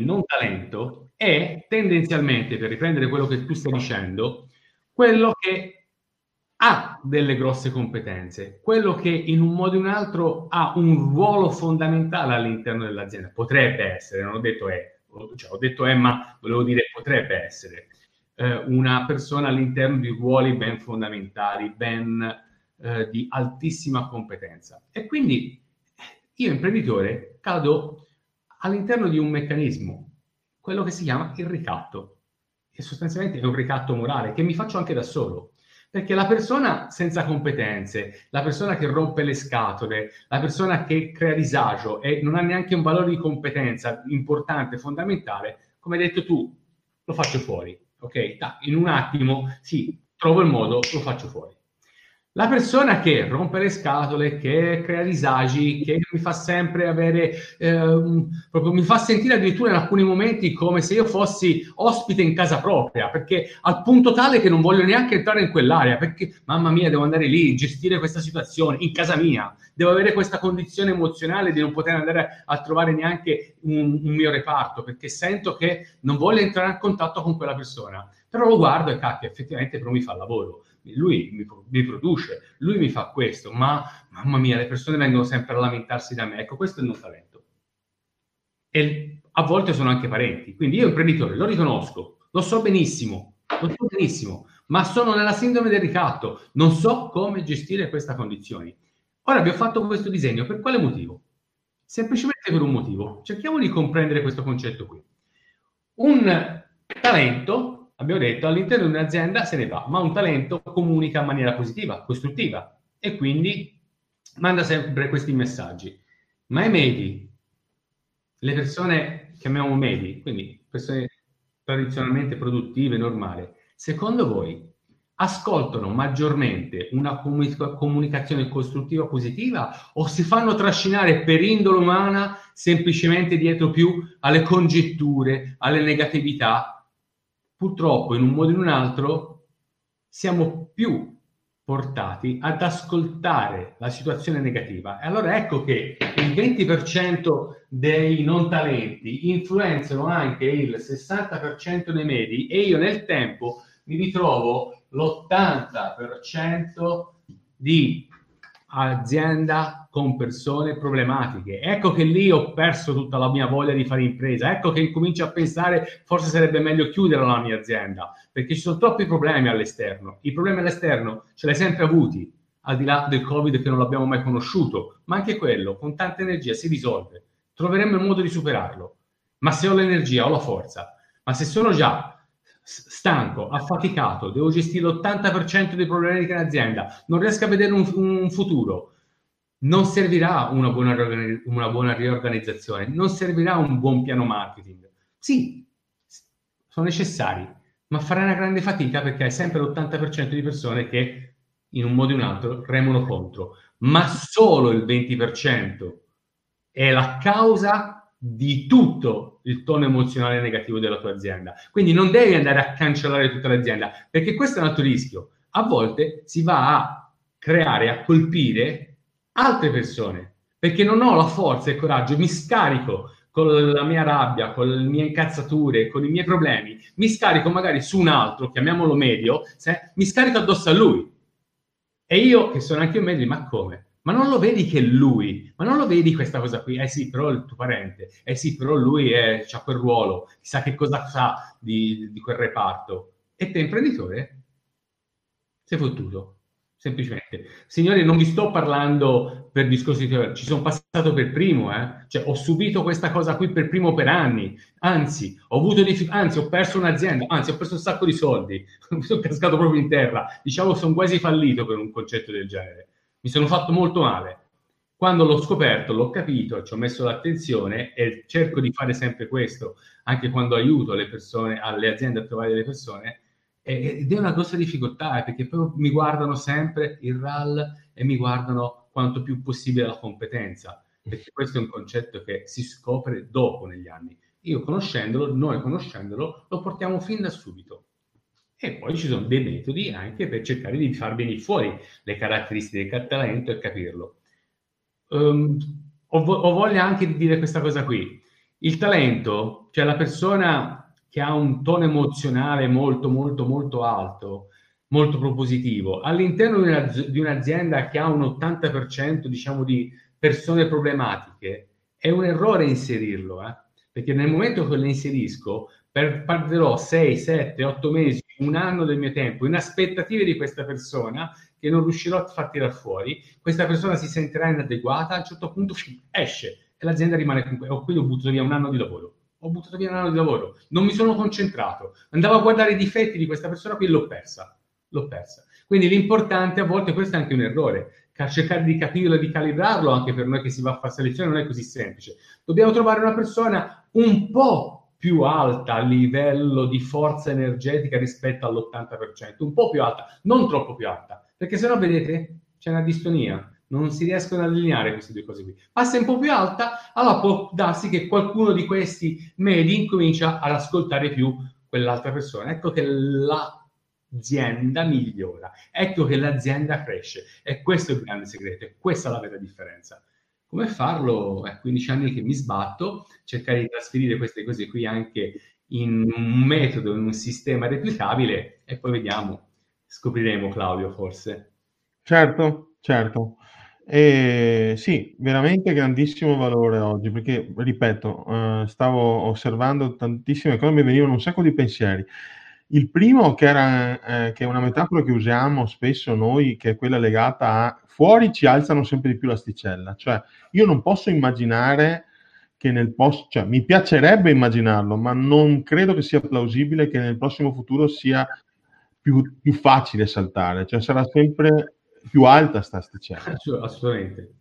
è tendenzialmente, per riprendere quello che tu stai dicendo, quello che ha delle grosse competenze, quello che in un modo o in un altro ha un ruolo fondamentale all'interno dell'azienda. Potrebbe essere, non ho detto è, cioè, ho detto è, ma volevo dire potrebbe essere una persona all'interno di ruoli ben fondamentali, ben di altissima competenza. E quindi io, imprenditore, cado all'interno di un meccanismo, quello che si chiama il ricatto, che sostanzialmente è un ricatto morale, che mi faccio anche da solo. Perché la persona senza competenze, la persona che rompe le scatole, la persona che crea disagio e non ha neanche un valore di competenza importante, fondamentale, come hai detto tu, lo faccio fuori, ok? In un attimo, sì, trovo il modo, lo faccio fuori. La persona che rompe le scatole, che crea disagi, che mi fa sempre avere, proprio mi fa sentire addirittura in alcuni momenti come se io fossi ospite in casa propria, perché al punto tale che non voglio neanche entrare in quell'area, perché mamma mia, devo andare lì, gestire questa situazione in casa mia, devo avere questa condizione emozionale di non poter andare a trovare neanche un mio reparto, perché sento che non voglio entrare in contatto con quella persona. Però lo guardo e cacchio, effettivamente però mi fa il lavoro. Lui mi produce, lui mi fa questo, ma mamma mia, le persone vengono sempre a lamentarsi da me. Ecco, questo è il non talento. E a volte sono anche parenti. Quindi io imprenditore lo riconosco, lo so benissimo, ma sono nella sindrome del ricatto, non so come gestire queste condizioni. Ora vi ho fatto questo disegno, per quale motivo? Semplicemente per un motivo. Cerchiamo di comprendere questo concetto qui. Un talento, abbiamo detto, all'interno di un'azienda se ne va, ma un talento comunica in maniera positiva, costruttiva e quindi manda sempre questi messaggi. Ma i medi, le persone chiamiamo medi, quindi persone tradizionalmente produttive, normali, secondo voi ascoltano maggiormente una comunicazione costruttiva positiva o si fanno trascinare per indole umana semplicemente dietro più alle congetture, alle negatività? Purtroppo in un modo o in un altro siamo più portati ad ascoltare la situazione negativa. E allora ecco che il 20% dei non talenti influenzano anche il 60% dei medi e io nel tempo mi ritrovo l'80% di azienda con persone problematiche. Ecco che lì ho perso tutta la mia voglia di fare impresa, ecco che incomincio a pensare forse sarebbe meglio chiudere la mia azienda, perché ci sono troppi problemi all'esterno. I problemi all'esterno ce li hai sempre avuti, al di là del Covid che non l'abbiamo mai conosciuto, ma anche quello, con tanta energia, si risolve. Troveremo il modo di superarlo. Ma se ho l'energia, ho la forza, ma se sono già stanco, affaticato, devo gestire l'80% dei problemi che l'azienda, non riesco a vedere un futuro, non servirà una buona riorganizzazione, non servirà un buon piano marketing. Sì, sono necessari, ma farai una grande fatica perché hai sempre l'80% di persone che in un modo o in un altro remono contro, ma solo il 20% è la causa di tutto il tono emozionale negativo della tua azienda. Quindi non devi andare a cancellare tutta l'azienda, perché questo è un altro rischio. A volte si va a creare, a colpire altre persone, perché non ho la forza e il coraggio, mi scarico con la mia rabbia, con le mie incazzature, con i miei problemi, mi scarico magari su un altro, chiamiamolo medio, mi scarico addosso a lui. E io, che sono anche un medio, ma come? Ma non lo vedi che è lui? Ma non lo vedi questa cosa qui? Eh sì, però è il tuo parente. Eh sì, però lui ha quel ruolo. Chissà che cosa sa di quel reparto. E te, imprenditore, sei fottuto. Semplicemente. Signori, non vi sto parlando per discorsi di ci sono passato per primo, Cioè, ho subito questa cosa qui per primo per anni. Anzi, ho perso un'azienda, anzi, ho perso un sacco di soldi. Mi sono cascato proprio in terra. Diciamo, sono quasi fallito per un concetto del genere. Mi sono fatto molto male. Quando l'ho scoperto, l'ho capito, ci ho messo l'attenzione e cerco di fare sempre questo, anche quando aiuto le persone, alle aziende a trovare delle persone, ed è una grossa difficoltà, perché poi mi guardano sempre il RAL e mi guardano quanto più possibile la competenza, perché questo è un concetto che si scopre dopo negli anni. Noi conoscendolo, lo portiamo fin da subito. E poi ci sono dei metodi anche per cercare di far venire fuori le caratteristiche del talento e capirlo. Ho voglia anche di dire questa cosa qui. Il talento, cioè la persona che ha un tono emozionale molto, molto, molto alto, molto propositivo, all'interno di un'azienda che ha un 80%, diciamo, di persone problematiche, è un errore inserirlo, perché nel momento che lo inserisco, perderò 6, 7, 8 mesi, un anno del mio tempo in aspettative di questa persona che non riuscirò a far tirare fuori, questa persona si sentirà inadeguata, a un certo punto esce e l'azienda rimane con quindi ho buttato via un anno di lavoro. Non mi sono concentrato, andavo a guardare i difetti di questa persona qui e l'ho persa. Quindi l'importante, a volte questo è anche un errore, cercare di capirlo e di calibrarlo, anche per noi che si va a fare selezione non è così semplice. Dobbiamo trovare una persona un po' più alta a livello di forza energetica rispetto all'80%, un po' più alta, non troppo più alta, perché sennò vedete c'è una distonia, non si riescono ad allineare queste due cose qui. Passa un po' più alta, allora può darsi che qualcuno di questi medi incomincia ad ascoltare più quell'altra persona. Ecco che l'azienda migliora, ecco che l'azienda cresce, e questo è il grande segreto, e questa è la vera differenza. Come farlo? È 15 anni che mi sbatto, cercare di trasferire queste cose qui anche in un metodo, in un sistema replicabile, e poi vediamo, scopriremo, Claudio, forse. Certo, certo. Sì, veramente grandissimo valore oggi, perché, ripeto, stavo osservando tantissime cose, mi venivano un sacco di pensieri. Il primo che è una metafora che usiamo spesso noi, che è quella legata a fuori ci alzano sempre di più l'asticella, cioè io non posso immaginare che cioè mi piacerebbe immaginarlo, ma non credo che sia plausibile che nel prossimo futuro sia più facile saltare, cioè sarà sempre più alta sta asticella. Assolutamente.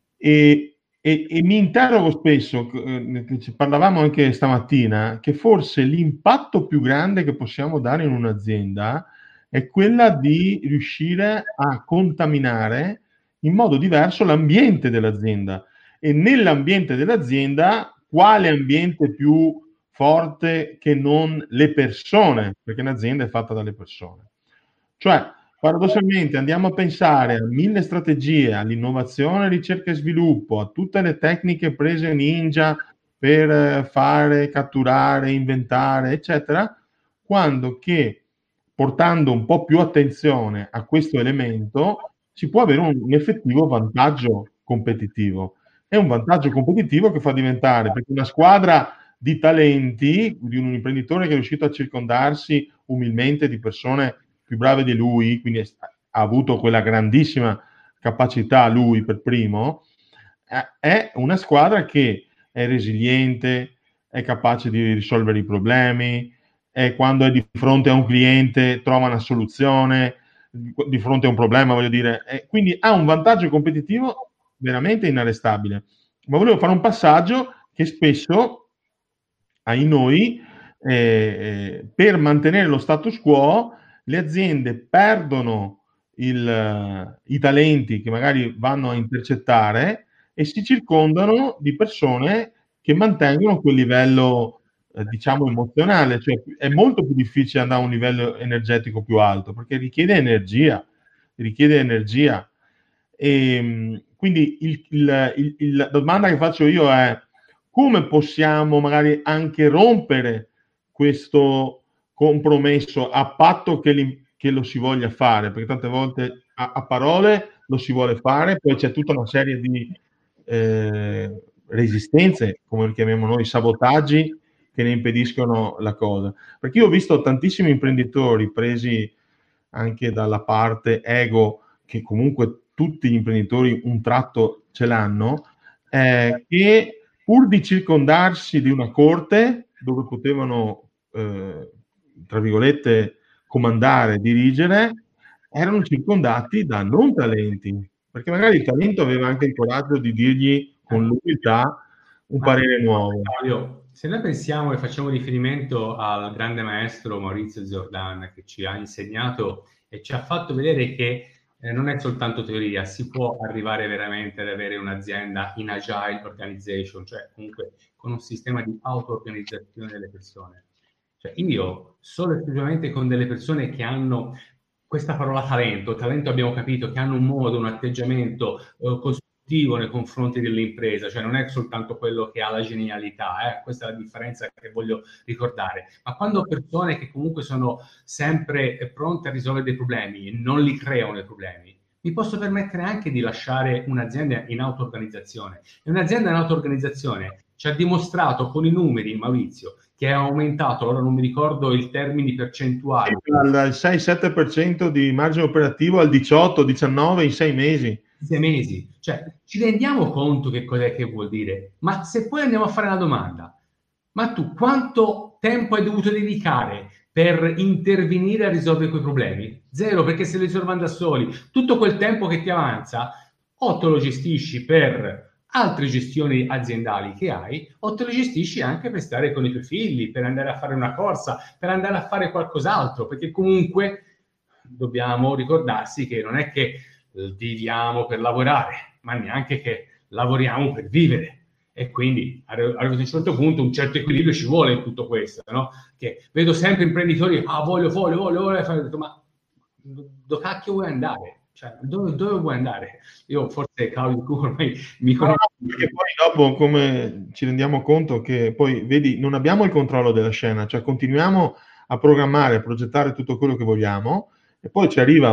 E mi interrogo spesso, parlavamo anche stamattina, che forse l'impatto più grande che possiamo dare in un'azienda è quella di riuscire a contaminare in modo diverso l'ambiente dell'azienda. E nell'ambiente dell'azienda, quale ambiente più forte che non le persone? Perché un'azienda è fatta dalle persone. Cioè, paradossalmente andiamo a pensare a 1000 strategie, all'innovazione, ricerca e sviluppo, a tutte le tecniche prese ninja per fare, catturare, inventare, eccetera, quando che portando un po' più attenzione a questo elemento si può avere un effettivo vantaggio competitivo, è un vantaggio competitivo che fa diventare, perché una squadra di talenti, di un imprenditore che è riuscito a circondarsi umilmente di persone più brave di lui, quindi ha avuto quella grandissima capacità lui per primo, è una squadra che è resiliente, è capace di risolvere i problemi, e quando è di fronte a un cliente trova una soluzione, di fronte a un problema, voglio dire, quindi ha un vantaggio competitivo veramente inarrestabile. Ma volevo fare un passaggio che spesso ai noi, per mantenere lo status quo, le aziende perdono i talenti che magari vanno a intercettare e si circondano di persone che mantengono quel livello, diciamo, emozionale, cioè è molto più difficile andare a un livello energetico più alto perché richiede energia, richiede energia. Quindi la domanda che faccio io è: come possiamo magari anche rompere questo compromesso, a patto che lo si voglia fare? Perché tante volte a parole lo si vuole fare, poi c'è tutta una serie di resistenze, come li chiamiamo noi, sabotaggi, che ne impediscono la cosa. Perché io ho visto tantissimi imprenditori presi anche dalla parte ego, che comunque tutti gli imprenditori un tratto ce l'hanno, che pur di circondarsi di una corte dove potevano, tra virgolette, comandare, dirigere, erano circondati da non talenti, perché magari il talento aveva anche il coraggio di dirgli con l'umiltà un parere nuovo. Se noi pensiamo e facciamo riferimento al grande maestro Maurizio Zordan, che ci ha insegnato e ci ha fatto vedere che non è soltanto teoria, si può arrivare veramente ad avere un'azienda in agile organization, cioè comunque con un sistema di auto-organizzazione delle persone. Cioè io solo esclusivamente con delle persone che hanno questa parola talento abbiamo capito che hanno un modo, un atteggiamento costruttivo nei confronti dell'impresa, cioè non è soltanto quello che ha la genialità, questa è la differenza che voglio ricordare, ma quando persone che comunque sono sempre pronte a risolvere dei problemi e non li creano i problemi, mi posso permettere anche di lasciare un'azienda in auto-organizzazione. E un'azienda in auto-organizzazione ci ha dimostrato con i numeri, Maurizio, che è aumentato, ora non mi ricordo il termine percentuale. Sì, dal 6-7% di margine operativo al 18-19 in 6 mesi. 6 mesi. Cioè, ci rendiamo conto che cos'è che vuol dire? Ma se poi andiamo a fare una domanda, ma tu quanto tempo hai dovuto dedicare per intervenire a risolvere quei problemi? Zero, perché se li risolvano da soli. Tutto quel tempo che ti avanza, o te lo gestisci per altre gestioni aziendali che hai, o te lo gestisci anche per stare con i tuoi figli, per andare a fare una corsa, per andare a fare qualcos'altro, perché comunque dobbiamo ricordarsi che non è che viviamo per lavorare, ma neanche che lavoriamo per vivere. E quindi arrivato a un certo punto un certo equilibrio ci vuole in tutto questo, no? Che vedo sempre imprenditori, voglio fare, ma dove cacchio vuoi andare? Cioè, dove vuoi andare? Io forse Claudio tu ormai mi conosco. Perché poi dopo, come ci rendiamo conto che poi, vedi, non abbiamo il controllo della scena, cioè continuiamo a programmare, a progettare tutto quello che vogliamo, e poi ci arriva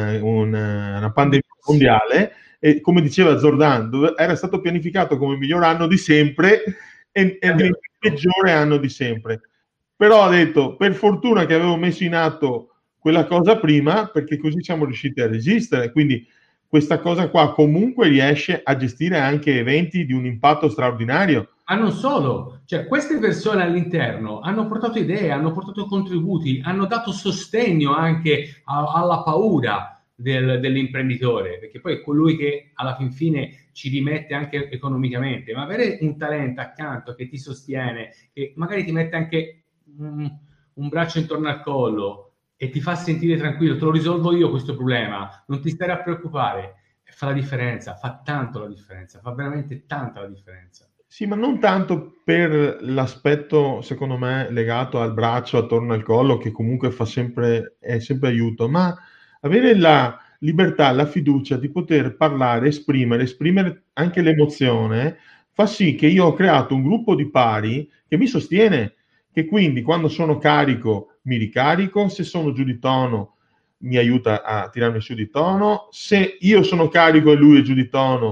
una pandemia mondiale, e come diceva Zordan, era stato pianificato come il miglior anno di sempre e il peggiore anno di sempre. Però ha detto, per fortuna che avevo messo in atto quella cosa prima, perché così siamo riusciti a resistere. Quindi questa cosa qua comunque riesce a gestire anche eventi di un impatto straordinario. Ma non solo, cioè queste persone all'interno hanno portato idee, hanno portato contributi, hanno dato sostegno anche alla paura dell'imprenditore, perché poi è colui che alla fin fine ci rimette anche economicamente, ma avere un talento accanto che ti sostiene, che magari ti mette anche un braccio intorno al collo e ti fa sentire tranquillo, te lo risolvo io questo problema, non ti stare a preoccupare, fa la differenza, fa tanto la differenza, fa veramente tanta la differenza. Sì, ma non tanto per l'aspetto, secondo me, legato al braccio attorno al collo, che comunque è sempre aiuto, ma avere la libertà, la fiducia di poter parlare, esprimere anche l'emozione, fa sì che io ho creato un gruppo di pari che mi sostiene, che quindi quando sono carico mi ricarico, se sono giù di tono mi aiuta a tirarmi su di tono, se io sono carico e lui è giù di tono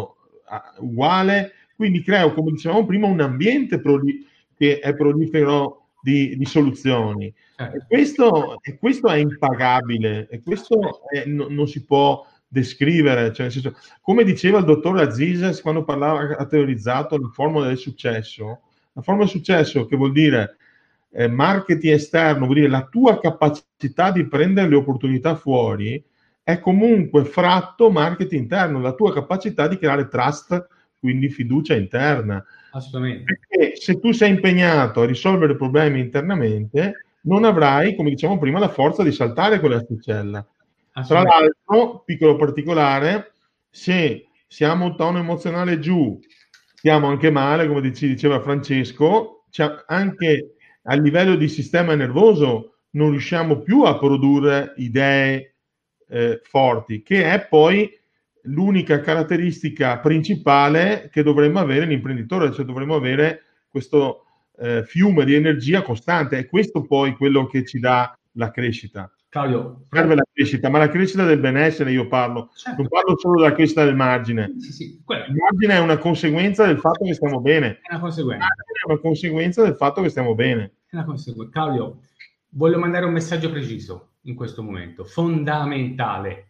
uguale, quindi creo, come dicevamo prima, un ambiente che è prolifero di soluzioni. Certo. E questo è impagabile, e questo non si può descrivere, cioè nel senso, come diceva il dottor Aziz quando parlava, ha teorizzato la formula del successo. La formula del successo, che vuol dire marketing esterno, vuol dire la tua capacità di prendere le opportunità fuori, è comunque fratto marketing interno, la tua capacità di creare trust, quindi fiducia interna. Assolutamente. Perché se tu sei impegnato a risolvere problemi internamente, non avrai, come diciamo prima, la forza di saltare quell'asticella. Tra l'altro, piccolo particolare, se siamo un tono emozionale giù, stiamo anche male, come ci diceva Francesco, anche a livello di sistema nervoso non riusciamo più a produrre idee forti, che è poi l'unica caratteristica principale che dovremmo avere l'imprenditore, cioè dovremmo avere questo fiume di energia costante. È questo poi quello che ci dà la crescita. Claudio, Serve la crescita, ma la crescita del benessere io parlo, certo. non parlo solo della crescita del margine. Sì, il margine è una conseguenza del fatto che stiamo bene. È una conseguenza. È una conseguenza del fatto che stiamo bene. È una conseguenza. Claudio, voglio mandare un messaggio preciso in questo momento, fondamentale.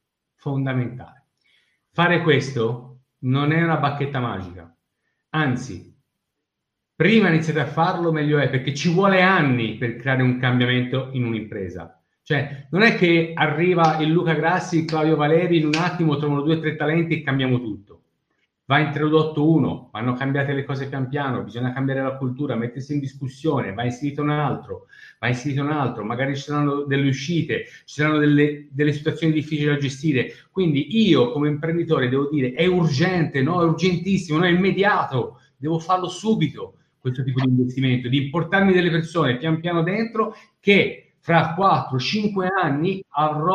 Fare questo non è una bacchetta magica, anzi, prima iniziate a farlo meglio è, perché ci vuole anni per creare un cambiamento in un'impresa. Cioè, non è che arriva il Luca Grassi, il Claudio Valeri, in un attimo trovano 2 o 3 talenti e cambiamo tutto. Va introdotto uno, vanno cambiate le cose pian piano, bisogna cambiare la cultura, mettersi in discussione, va inserito un altro, magari ci saranno delle uscite, ci saranno delle situazioni difficili da gestire. Quindi io come imprenditore devo dire è urgente, no? È urgentissimo, no? È immediato, devo farlo subito questo tipo di investimento, di importarmi delle persone pian piano dentro che fra 4-5 anni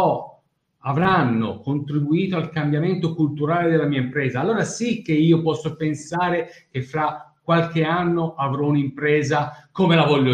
avranno contribuito al cambiamento culturale della mia impresa. Allora sì che io posso pensare che fra qualche anno avrò un'impresa come la voglio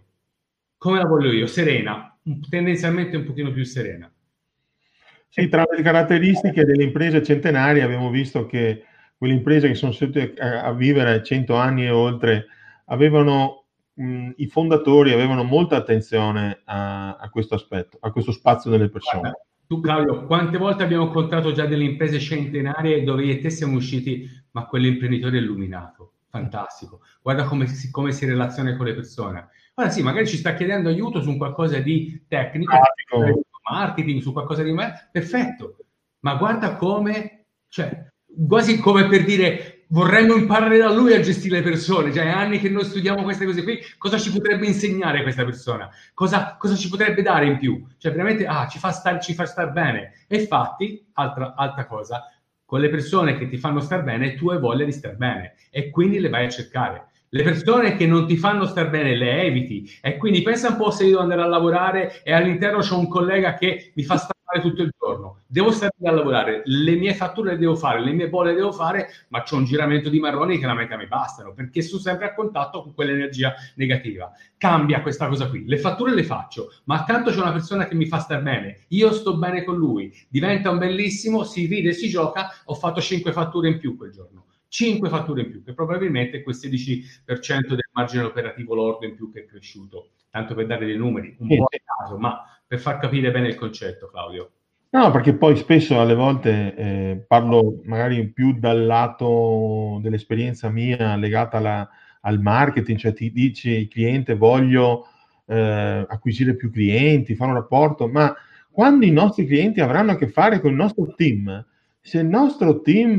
io, serena, tendenzialmente un pochino più serena. Sì, tra le caratteristiche delle imprese centenarie abbiamo visto che quelle imprese che sono riuscite a vivere 100 anni e oltre avevano i fondatori avevano molta attenzione a questo aspetto, a questo spazio delle persone. Guarda, tu Claudio, quante volte abbiamo incontrato già delle imprese centenarie dove io e te siamo usciti, ma quell'imprenditore è illuminato, fantastico, guarda come si relaziona con le persone. Ora sì, magari ci sta chiedendo aiuto su qualcosa di tecnico, marketing, su qualcosa di perfetto, ma guarda come, cioè, quasi come per dire vorremmo imparare da lui a gestire le persone, cioè anni che noi studiamo queste cose qui, cosa ci potrebbe insegnare questa persona? Cosa ci potrebbe dare in più? Cioè veramente ci fa star bene. E infatti, altra cosa, con le persone che ti fanno star bene, tu hai voglia di star bene e quindi le vai a cercare. Le persone che non ti fanno star bene le eviti e quindi pensa un po' se io devo andare a lavorare e all'interno c'ho un collega che mi fa stare tutto il giorno, devo stare a lavorare, le mie fatture le devo fare, le mie bolle le devo fare, ma c'ho un giramento di marroni che la metà mi bastano perché sono sempre a contatto con quell'energia negativa. Cambia questa cosa qui, le fatture le faccio, ma accanto c'è una persona che mi fa star bene, io sto bene con lui, diventa un bellissimo, si ride e si gioca, ho fatto 5 fatture in più quel giorno. 5 fatture in più, che probabilmente è quel 16% del margine operativo lordo in più che è cresciuto. Tanto per dare dei numeri, un po' a caso, ma per far capire bene il concetto, Claudio. No, perché poi spesso alle volte parlo magari più dal lato dell'esperienza mia legata al marketing, cioè ti dici il cliente voglio acquisire più clienti, fare un rapporto, ma quando i nostri clienti avranno a che fare con il nostro team, se il nostro team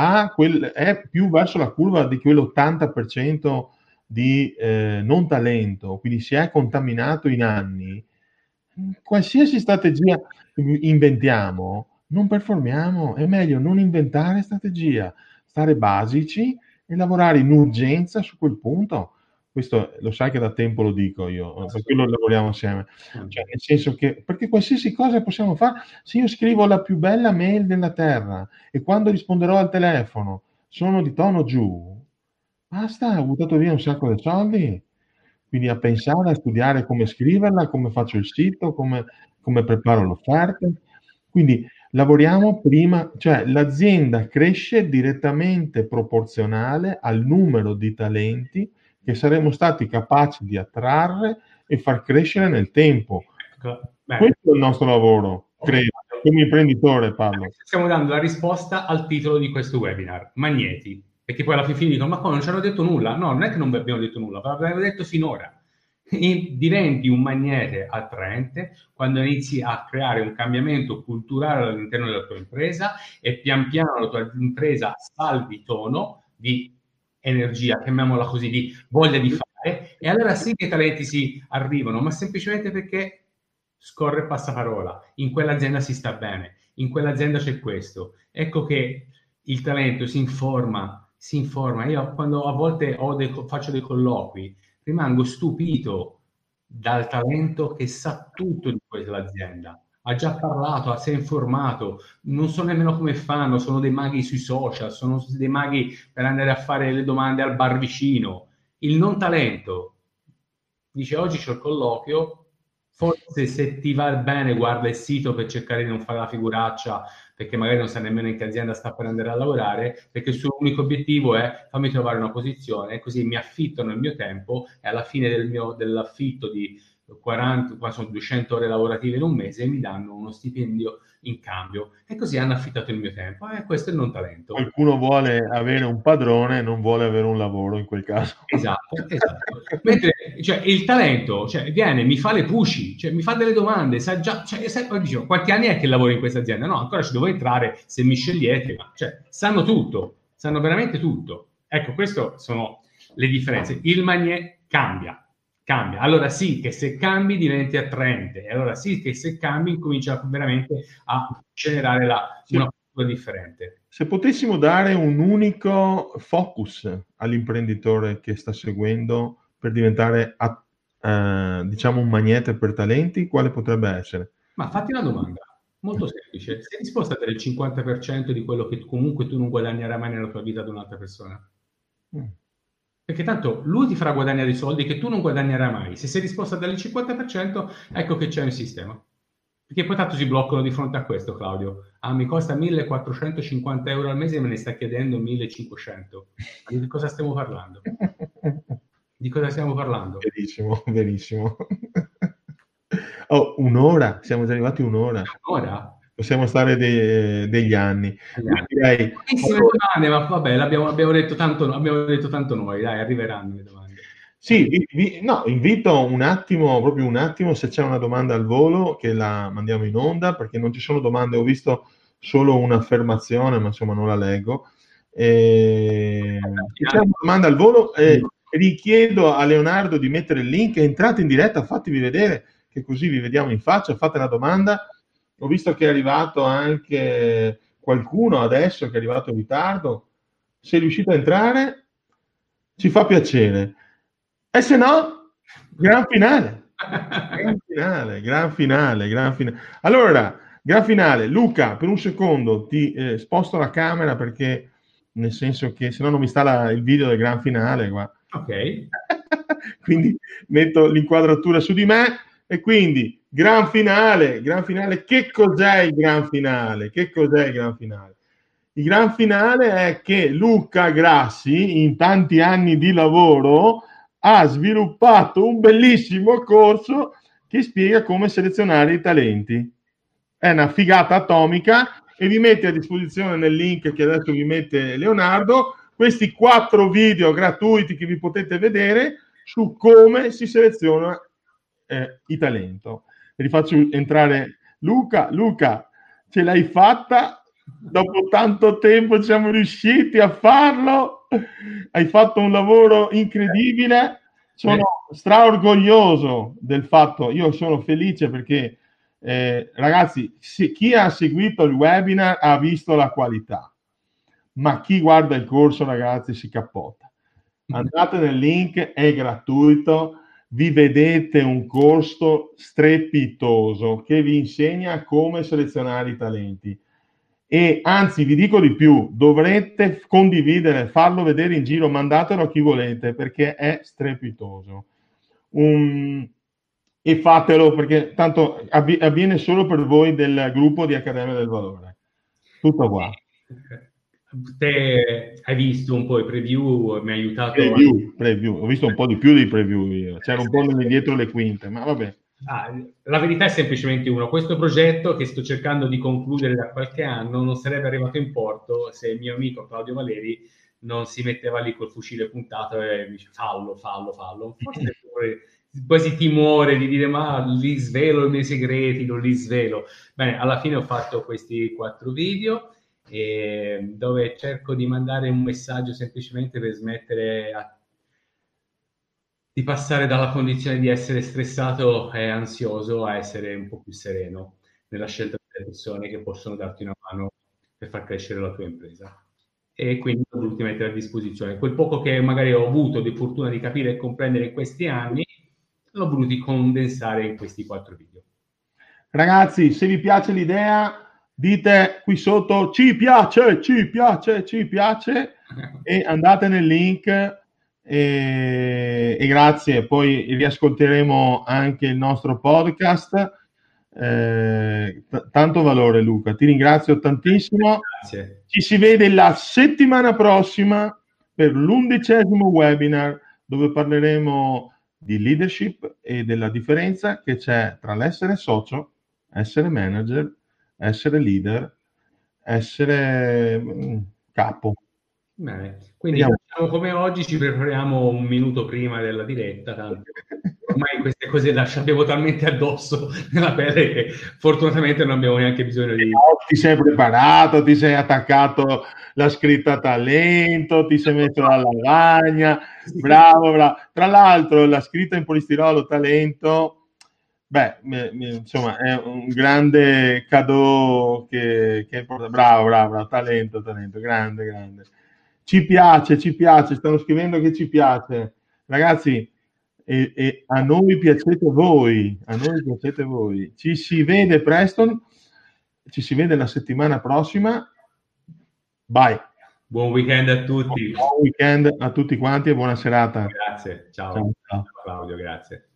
è più verso la curva di quell'80% di non talento, quindi si è contaminato in anni, qualsiasi strategia inventiamo, non performiamo. È meglio non inventare strategia, stare basici e lavorare in urgenza su quel punto. Questo lo sai che da tempo lo dico io, per quello lavoriamo insieme. Cioè, nel senso che, perché qualsiasi cosa possiamo fare, se io scrivo la più bella mail della terra e quando risponderò al telefono sono di tono giù, basta, ho buttato via un sacco di soldi. Quindi a pensare, a studiare come scriverla, come faccio il sito, come preparo l'offerta. Quindi lavoriamo prima, cioè l'azienda cresce direttamente proporzionale al numero di talenti che saremo stati capaci di attrarre e far crescere nel tempo. Questo è il nostro lavoro, credo, come imprenditore parlo. Stiamo dando la risposta al titolo di questo webinar, magneti, perché poi alla fine dicono, ma come non ci hanno detto nulla? No, non è che non vi abbiamo detto nulla, ma l'abbiamo detto finora. Diventi un magnete attraente quando inizi a creare un cambiamento culturale all'interno della tua impresa e pian piano la tua impresa salvi tono di energia, chiamiamola così, di voglia di fare, e allora sì che i talenti si arrivano, ma semplicemente perché scorre il passaparola, in quell'azienda si sta bene, in quell'azienda c'è questo. Ecco che il talento si informa. Io quando a volte faccio dei colloqui, rimango stupito dal talento che sa tutto di quell'azienda. Ha già parlato, si è informato, non so nemmeno come fanno, sono dei maghi sui social, sono dei maghi per andare a fare le domande al bar vicino. Il non talento dice oggi c'ho il colloquio, forse se ti va bene guarda il sito per cercare di non fare la figuraccia, perché magari non sa nemmeno in che azienda sta per andare a lavorare, perché il suo unico obiettivo è fammi trovare una posizione, così mi affittano il mio tempo e alla fine dell'affitto di 40, qua sono 200 ore lavorative in un mese, mi danno uno stipendio in cambio e così hanno affittato il mio tempo. E questo è il non talento. Qualcuno vuole avere un padrone, non vuole avere un lavoro in quel caso. Esatto. Mentre cioè, il talento viene, mi fa le pushi, mi fa delle domande, sa già, dicevo, quanti anni è che lavoro in questa azienda? No, ancora ci devo entrare se mi scegliete, ma sanno tutto, sanno veramente tutto. Ecco, queste sono le differenze. Il magnet cambia. Allora sì che se cambi diventi attraente, e allora sì che se cambi comincia veramente a generare una cultura differente. Se potessimo dare un unico focus all'imprenditore che sta seguendo per diventare, diciamo, un magnete per talenti, quale potrebbe essere? Ma fatti una domanda, molto semplice. Sei disposto a dare il 50% di quello che comunque tu non guadagnerai mai nella tua vita ad un'altra persona? Perché tanto lui ti farà guadagnare i soldi che tu non guadagnerai mai. Se sei disposto a dare il 50%, ecco che c'è un sistema. Perché poi tanto si bloccano di fronte a questo, Claudio. Ah, mi costa 1.450 euro al mese e me ne sta chiedendo 1.500. Ma di cosa stiamo parlando? Di cosa stiamo parlando? Verissimo, verissimo. Oh, un'ora, siamo già arrivati un'ora. Un'ora? Possiamo stare degli anni. Direi, domande, ma vabbè, abbiamo detto tanto noi, dai, arriveranno le domande. Sì, no, invito proprio un attimo, se c'è una domanda al volo che la mandiamo in onda, perché non ci sono domande, ho visto solo un'affermazione, ma insomma non la leggo. Se c'è una domanda al volo, richiedo a Leonardo di mettere il link, entrate in diretta, fatevi vedere, che così vi vediamo in faccia, fate la domanda. Ho visto che è arrivato anche qualcuno adesso che è arrivato in ritardo. Se riuscite a entrare, ci fa piacere. E se no, gran finale. Gran finale. Allora, gran finale. Luca, per un secondo ti sposto la camera perché, nel senso che se no non mi sta il video del gran finale qua. Ok. Quindi metto l'inquadratura su di me e quindi gran finale. Che cos'è il gran finale? Il gran finale è che Luca Grassi, in tanti anni di lavoro, ha sviluppato un bellissimo corso che spiega come selezionare i talenti. È una figata atomica e vi mette a disposizione nel link che adesso vi mette Leonardo questi 4 video gratuiti che vi potete vedere su come si seleziona il talento. Rifaccio entrare Luca, ce l'hai fatta? Dopo tanto tempo siamo riusciti a farlo, hai fatto un lavoro incredibile, sono straorgoglioso del fatto, io sono felice perché ragazzi, chi ha seguito il webinar ha visto la qualità, ma chi guarda il corso, ragazzi, si cappotta. Andate nel link, è gratuito, vi vedete un corso strepitoso che vi insegna come selezionare i talenti. E anzi, vi dico di più, dovrete condividere, farlo vedere in giro, mandatelo a chi volete perché è strepitoso. e fatelo, perché tanto avviene solo per voi del gruppo di Accademia del Valore. Tutto qua. Te hai visto un po' i preview, mi ha aiutato Preview. Ho visto un po' di più dei preview io. C'era un po' dietro le quinte, ma vabbè. La verità è semplicemente uno: questo progetto che sto cercando di concludere da qualche anno non sarebbe arrivato in porto se il mio amico Claudio Valeri non si metteva lì col fucile puntato e dice fallo. Forse quasi timore di dire ma li svelo i miei segreti, non li svelo. Bene, alla fine ho fatto questi 4 video dove cerco di mandare un messaggio semplicemente per smettere di passare dalla condizione di essere stressato e ansioso a essere un po' più sereno nella scelta delle persone che possono darti una mano per far crescere la tua impresa. E quindi ho voluto mettere a disposizione quel poco che magari ho avuto di fortuna di capire e comprendere in questi anni, l'ho voluto condensare in questi 4 video. Ragazzi, se vi piace l'idea, dite qui sotto ci piace e andate nel link e grazie. Poi riascolteremo anche il nostro podcast. Tanto valore, Luca, ti ringrazio tantissimo. Grazie. Ci si vede la settimana prossima per l'11° webinar, dove parleremo di leadership e della differenza che c'è tra l'essere socio, essere manager, essere leader, essere capo. Bene. Quindi facciamo come oggi, ci prepariamo un minuto prima della diretta, tanto ormai queste cose le abbiamo talmente addosso nella pelle che fortunatamente non abbiamo neanche bisogno di... Ti sei preparato, ti sei attaccato la scritta talento, ti sei messo la lavagna, bravo. Tra l'altro la scritta in polistirolo talento, insomma è un grande cadeau che bravo, talento, grande. Ci piace, stanno scrivendo che ci piace. Ragazzi, e a noi piacete voi, ci si vede presto, ci si vede la settimana prossima. Bye. Buon weekend a tutti. Buon weekend a tutti quanti e buona serata. Grazie, ciao. Ciao Claudio, grazie.